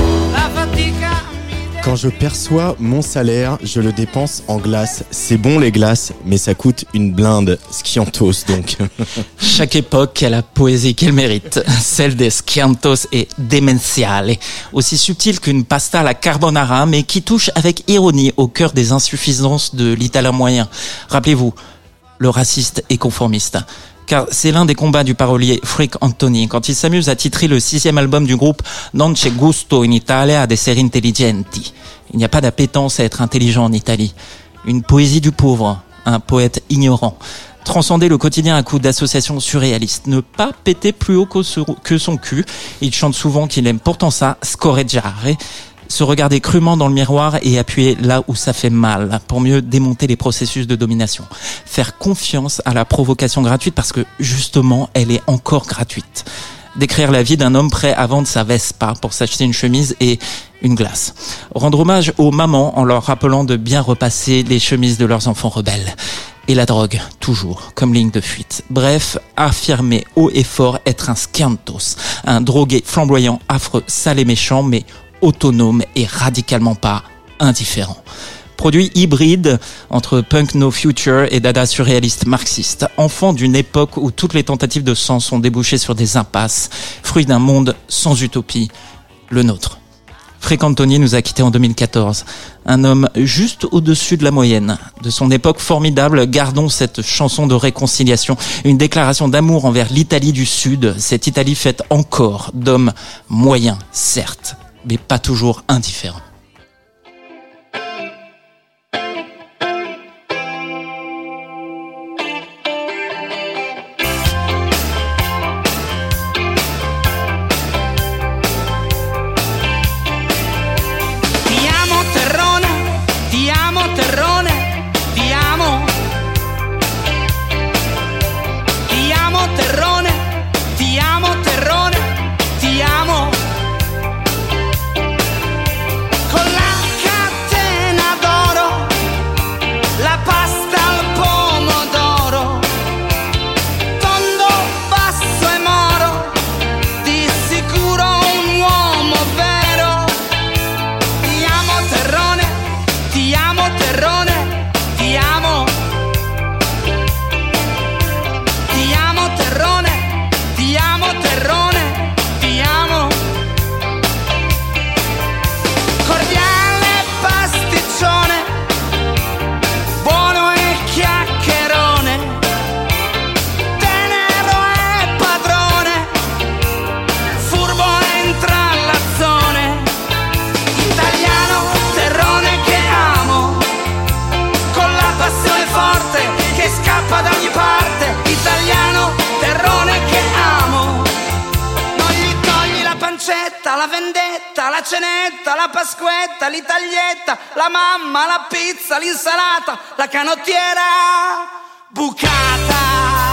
la fatica. Quand je perçois mon salaire, je le dépense en glace. C'est bon les glaces, mais ça coûte une blinde. Sciantos donc. Chaque époque a la poésie qu'elle mérite. Celle des Sciantos est démentiale, aussi subtile qu'une pasta à la carbonara, mais qui touche avec ironie au cœur des insuffisances de l'italien moyen. Rappelez-vous, le raciste et conformiste. Car c'est l'un des combats du parolier Freak Anthony quand il s'amuse à titrer le 6e album du groupe Non c'è gusto in Italia ad essere intelligenti. Il n'y a pas d'appétence à être intelligent en Italie. Une poésie du pauvre, un poète ignorant. Transcender le quotidien à coups d'associations surréalistes. Ne pas péter plus haut que son cul. Il chante souvent qu'il aime pourtant ça, scorreggiare. Se regarder crûment dans le miroir et appuyer là où ça fait mal pour mieux démonter les processus de domination. Faire confiance à la provocation gratuite parce que justement elle est encore gratuite. Décrire la vie d'un homme prêt à vendre sa Vespa pour s'acheter une chemise et une glace. Rendre hommage aux mamans en leur rappelant de bien repasser les chemises de leurs enfants rebelles. Et la drogue, toujours, comme ligne de fuite. Bref, affirmer haut et fort être un sciantos, un drogué flamboyant, affreux, sale et méchant, mais autonome et radicalement pas indifférent. Produit hybride entre punk no future et dada surréaliste marxiste, enfant d'une époque où toutes les tentatives de sens ont débouché sur des impasses, fruit d'un monde sans utopie, le nôtre. Freak Anthony nous a quittés en 2014. Un homme juste au-dessus de la moyenne. De son époque formidable, gardons cette chanson de réconciliation, une déclaration d'amour envers l'Italie du Sud, cette Italie faite encore d'hommes moyens, certes, mais pas toujours indifférent. La vendetta, la cenetta, la pasquetta, l'itaglietta, la mamma, la pizza, l'insalata, la canottiera bucata.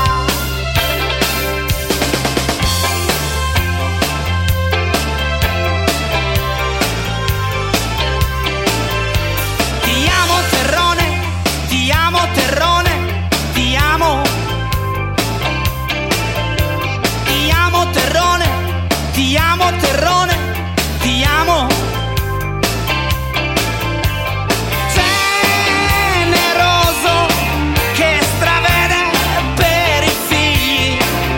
Ti amo terrone, ti amo terrone, ti amo. Ti amo terrone, ti amo terrone. Ti amo, generoso che stravede per i figli,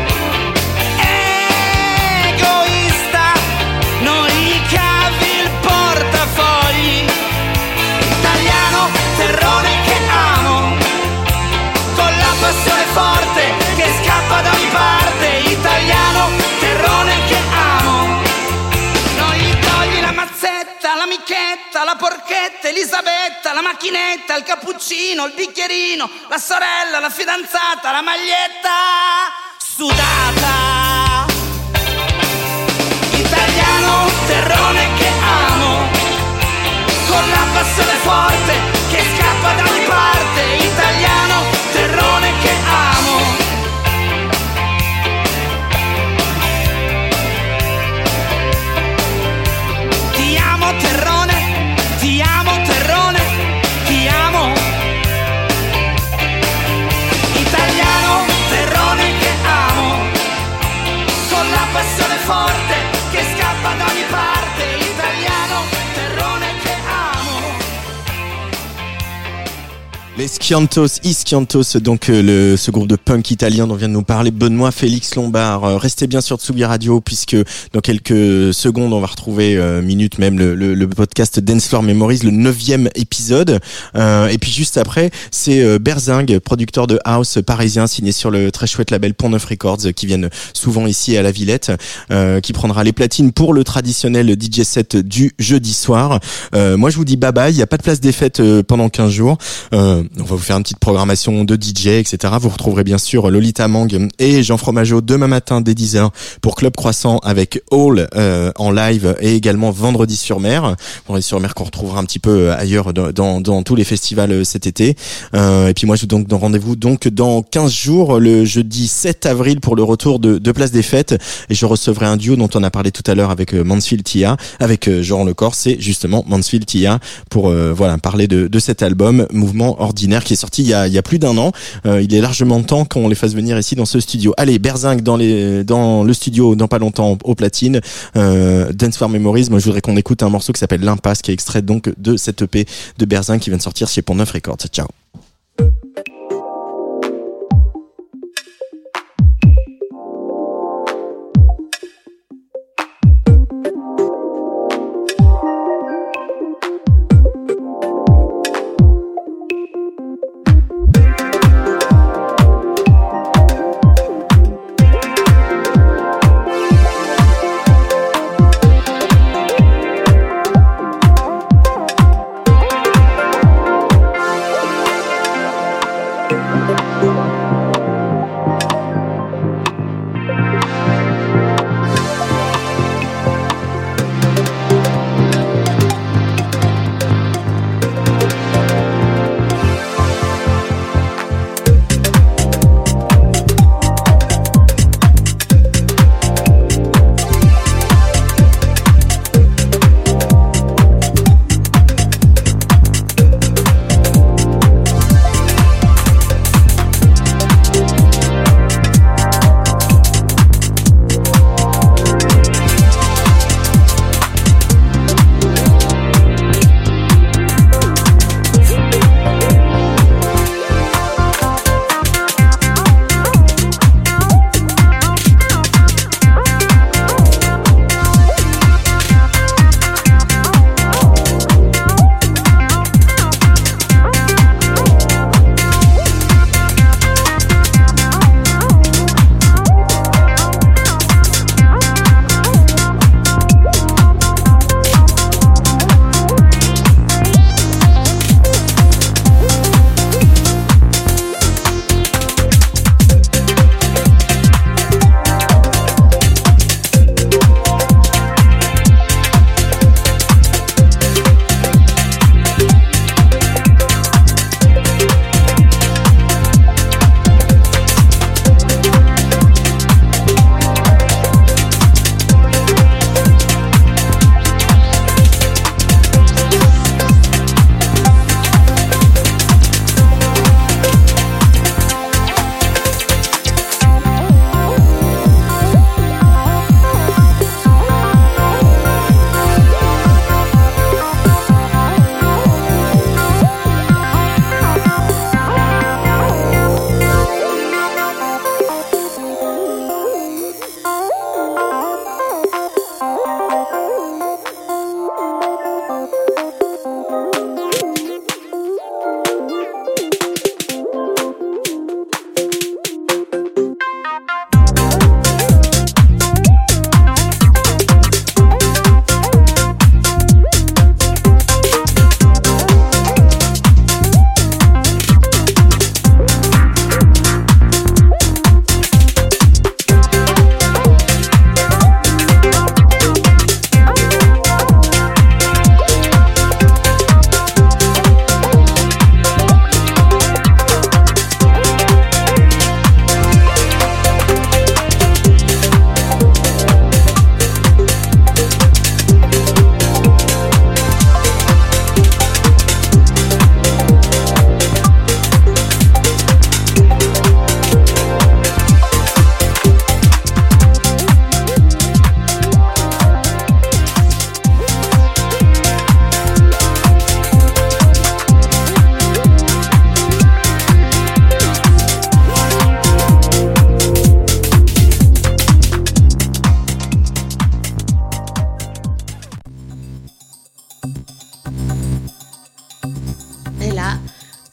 egoista, non gli cavi il portafogli, italiano, terrone che amo, con la passione forte che scappa da ogni parte, italiano, terrone che amo. L'amichetta, la porchetta, Elisabetta, la macchinetta, il cappuccino, il bicchierino, la sorella, la fidanzata, la maglietta sudata. Italiano, terrone che amo, con la Les Schiantos, donc ce groupe de punk italien dont vient de nous parler Benoît Félix Lombard. Restez bien sur Tsugi Radio puisque dans quelques secondes on va retrouver, minutes même, le podcast Dance Floor Memories, le 9e épisode. Et puis juste après, c'est Berzing, producteur de house parisien signé sur le très chouette label Pont Neuf Records qui viennent souvent ici à la Villette, qui prendra les platines pour le traditionnel DJ set du jeudi soir. Moi je vous dis bye bye, il n'y a pas de place des fêtes pendant 15 jours. On va vous faire une petite programmation de DJ, etc. Vous retrouverez bien sûr Lolita Mang et Jean Fromageau demain matin dès 10h pour Club Croissant avec Hall en live et également Vendredi sur Mer qu'on retrouvera un petit peu ailleurs dans tous les festivals cet été. Et puis moi je vous donne rendez-vous donc dans 15 jours le jeudi 7 avril pour le retour de Place des Fêtes et je recevrai un duo dont on a parlé tout à l'heure avec Mansfield Tia, avec Jean Lecor, c'est justement Mansfield Tia pour parler de cet album Mouvement Ordinaire qui est sorti il y a plus d'1 an. Il est largement temps qu'on les fasse venir ici dans ce studio. Allez, Berzing dans le studio dans pas longtemps au platine. Dance Floor Memories, moi je voudrais qu'on écoute un morceau qui s'appelle L'Impasse qui est extrait donc de cette EP de Berzing qui vient de sortir chez Pont Neuf Records. Ciao.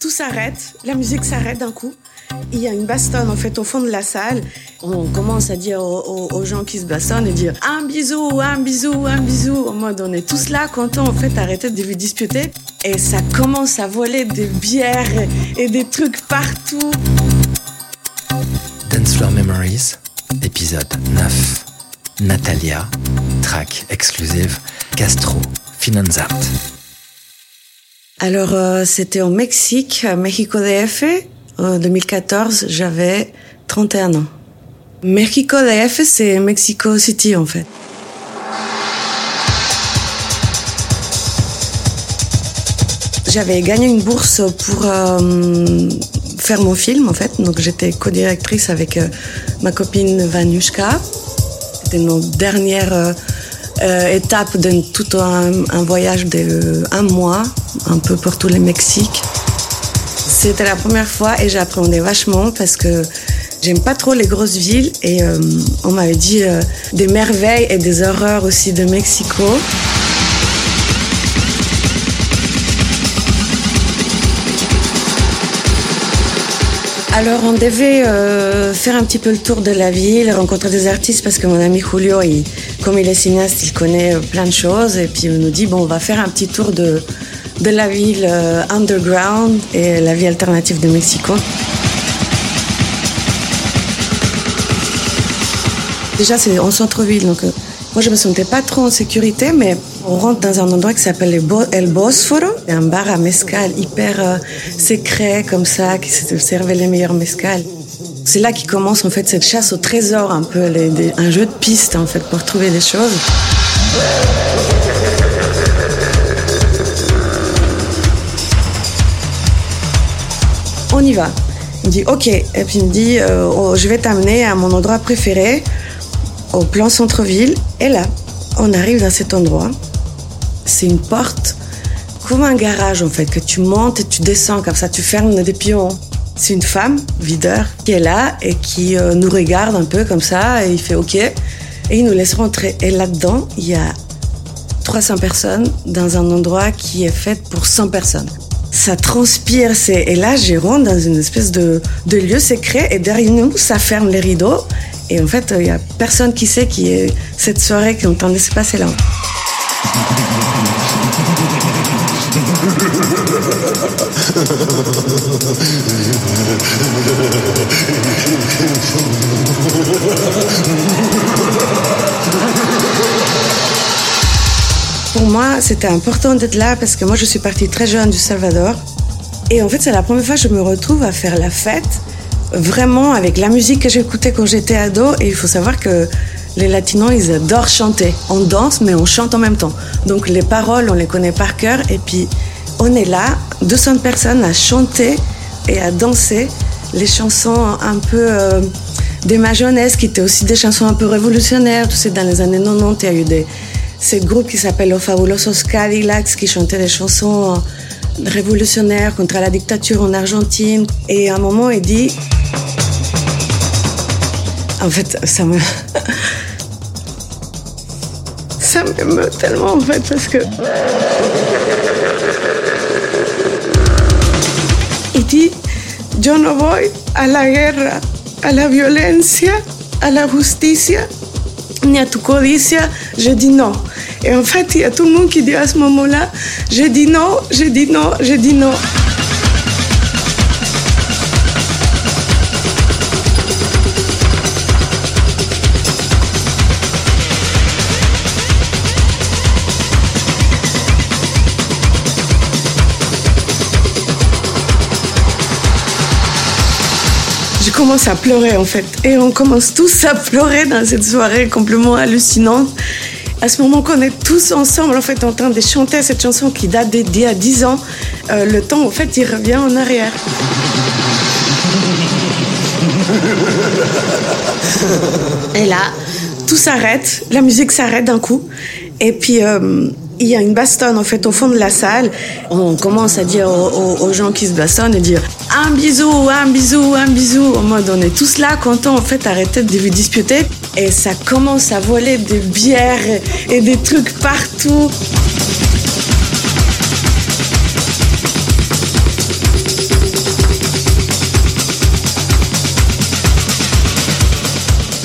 tout s'arrête, la musique s'arrête d'un coup. Il y a une bastonne en fait au fond de la salle. On commence à dire aux gens qui se bastonnent et dire un bisou, un bisou, un bisou. En mode on est tous là contents en fait, arrêtez de vous disputer. Et ça commence à voler des bières et des trucs partout. Dance Floor Memories, épisode 9. Natalia, track exclusive, Castro, Finanzart. Alors c'était au Mexique, à Mexico DF. En 2014, j'avais 31 ans. Mexico DF, c'est Mexico City en fait. J'avais gagné une bourse pour faire mon film en fait. Donc j'étais co-directrice avec ma copine Vanushka. C'était notre dernière étape de tout un voyage de 1 mois, un peu pour tous les Mexiques. C'était la première fois et j'appréhendais vachement parce que j'aime pas trop les grosses villes et on m'avait dit des merveilles et des horreurs aussi de Mexico. Alors on devait faire un petit peu le tour de la ville, rencontrer des artistes parce que mon ami Julio, comme il est cinéaste, il connaît plein de choses et puis on nous dit bon on va faire un petit tour de la ville underground et la vie alternative de Mexico. Déjà, c'est en centre-ville, donc moi je me sentais pas trop en sécurité, mais on rentre dans un endroit qui s'appelle El Bósforo, un bar à mezcal hyper secret comme ça, qui servait les meilleurs mezcal. C'est là qui commence en fait cette chasse au trésor, un peu un jeu de piste en fait pour trouver des choses. On y va. Il me dit ok, et puis il me dit je vais t'amener à mon endroit préféré, au plan centre-ville. Et là, on arrive dans cet endroit. C'est une porte comme un garage en fait, que tu montes et tu descends comme ça, tu fermes des pions. C'est une femme, videur, qui est là et qui nous regarde un peu comme ça et il fait ok. Et il nous laisse rentrer. Et là-dedans, il y a 300 personnes dans un endroit qui est fait pour 100 personnes. Ça transpire, et là, je rentre dans une espèce de lieu secret et derrière nous, ça ferme les rideaux. Et en fait, il n'y a personne qui sait qui est cette soirée qui est en train de se passer là. Pour moi, c'était important d'être là parce que moi, je suis partie très jeune du Salvador. Et en fait, c'est la première fois que je me retrouve à faire la fête vraiment avec la musique que j'écoutais quand j'étais ado. Et il faut savoir que les Latinos, ils adorent chanter. On danse, mais on chante en même temps. Donc les paroles, on les connaît par cœur. Et puis, on est là, 200 personnes à chanter et à danser les chansons un peu de ma jeunesse, qui étaient aussi des chansons un peu révolutionnaires. Tu sais, dans les années 90, il y a eu ce groupe qui s'appelle Los Fabulosos Cadillacs qui chantait des chansons révolutionnaires contre la dictature en Argentine. Et à un moment, il dit... En fait, ça m'émeut tellement, en fait, parce que... Il dit, yo no voy a la guerra, a la violencia, a la justicia, ni a tu codicia. Je dis non. Et en fait, il y a tout le monde qui dit à ce moment-là, je dis non, je dis non, je dis non. Je commence à pleurer en fait. Et on commence tous à pleurer dans cette soirée complètement hallucinante. À ce moment qu'on est tous ensemble en fait en train de chanter cette chanson qui date d'il y a 10 ans, le temps en fait il revient en arrière. Et là, tout s'arrête, la musique s'arrête d'un coup. Et puis il y a une bastonne en fait au fond de la salle. On commence à dire aux gens qui se bastonnent et dire un bisou, un bisou, un bisou. En mode on est tous là contents en fait, arrêtez de vous disputer. Et ça commence à voler des bières et des trucs partout.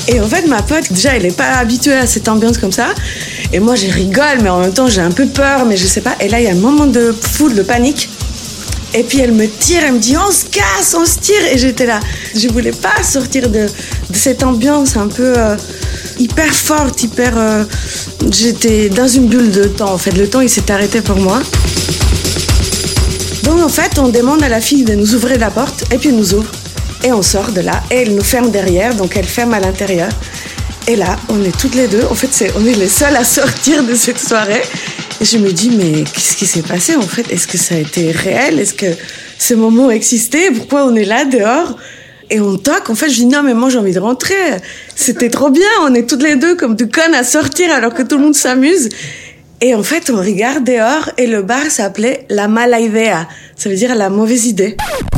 Et en fait, ma pote, déjà, elle est pas habituée à cette ambiance comme ça. Et moi, je rigole, mais en même temps, j'ai un peu peur, mais je sais pas. Et là, il y a un moment de foule, de panique. Et puis elle me tire, elle me dit on se casse, on se tire. Et j'étais là, je voulais pas sortir de cette ambiance un peu hyper forte, j'étais dans une bulle de temps en fait. Le temps il s'est arrêté pour moi. Donc en fait on demande à la fille de nous ouvrir la porte et puis elle nous ouvre. Et on sort de là et elle nous ferme derrière, donc elle ferme à l'intérieur. Et là on est toutes les deux, en fait on est les seules à sortir de cette soirée. Et je me dis, mais qu'est-ce qui s'est passé en fait? Est-ce que ça a été réel? Est-ce que ce moment existait? Pourquoi on est là dehors? Et on toque. En fait, je dis non, mais moi j'ai envie de rentrer. C'était trop bien. On est toutes les deux comme deux connes à sortir alors que tout le monde s'amuse. Et en fait, on regarde dehors et le bar s'appelait La Mala Idea. Ça veut dire la mauvaise idée.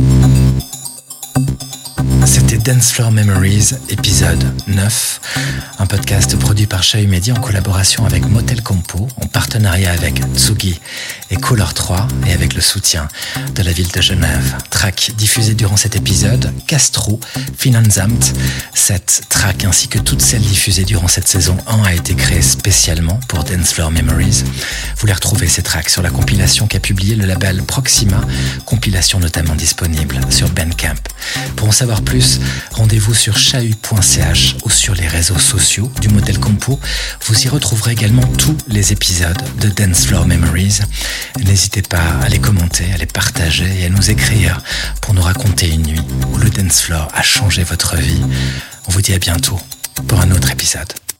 C'était Dance Floor Memories, épisode 9, un podcast produit par Chahut Media en collaboration avec Motel Compo, en partenariat avec Tsugi et Couleur 3 et avec le soutien de la ville de Genève. Track diffusée durant cet épisode, Castro, Finanzamt. Cette track ainsi que toutes celles diffusées durant cette saison 1 a été créée spécialement pour Dance Floor Memories. Vous les retrouvez ces tracks sur la compilation qu'a publié le label Proxima, compilation notamment disponible sur Bandcamp. Pour en savoir plus, rendez-vous sur chahut.ch ou sur les réseaux sociaux du Motel Compo. Vous y retrouverez également tous les épisodes de Dance Floor Memories. N'hésitez pas à les commenter, à les partager et à nous écrire pour nous raconter une nuit où le dance floor a changé votre vie. On vous dit à bientôt pour un autre épisode.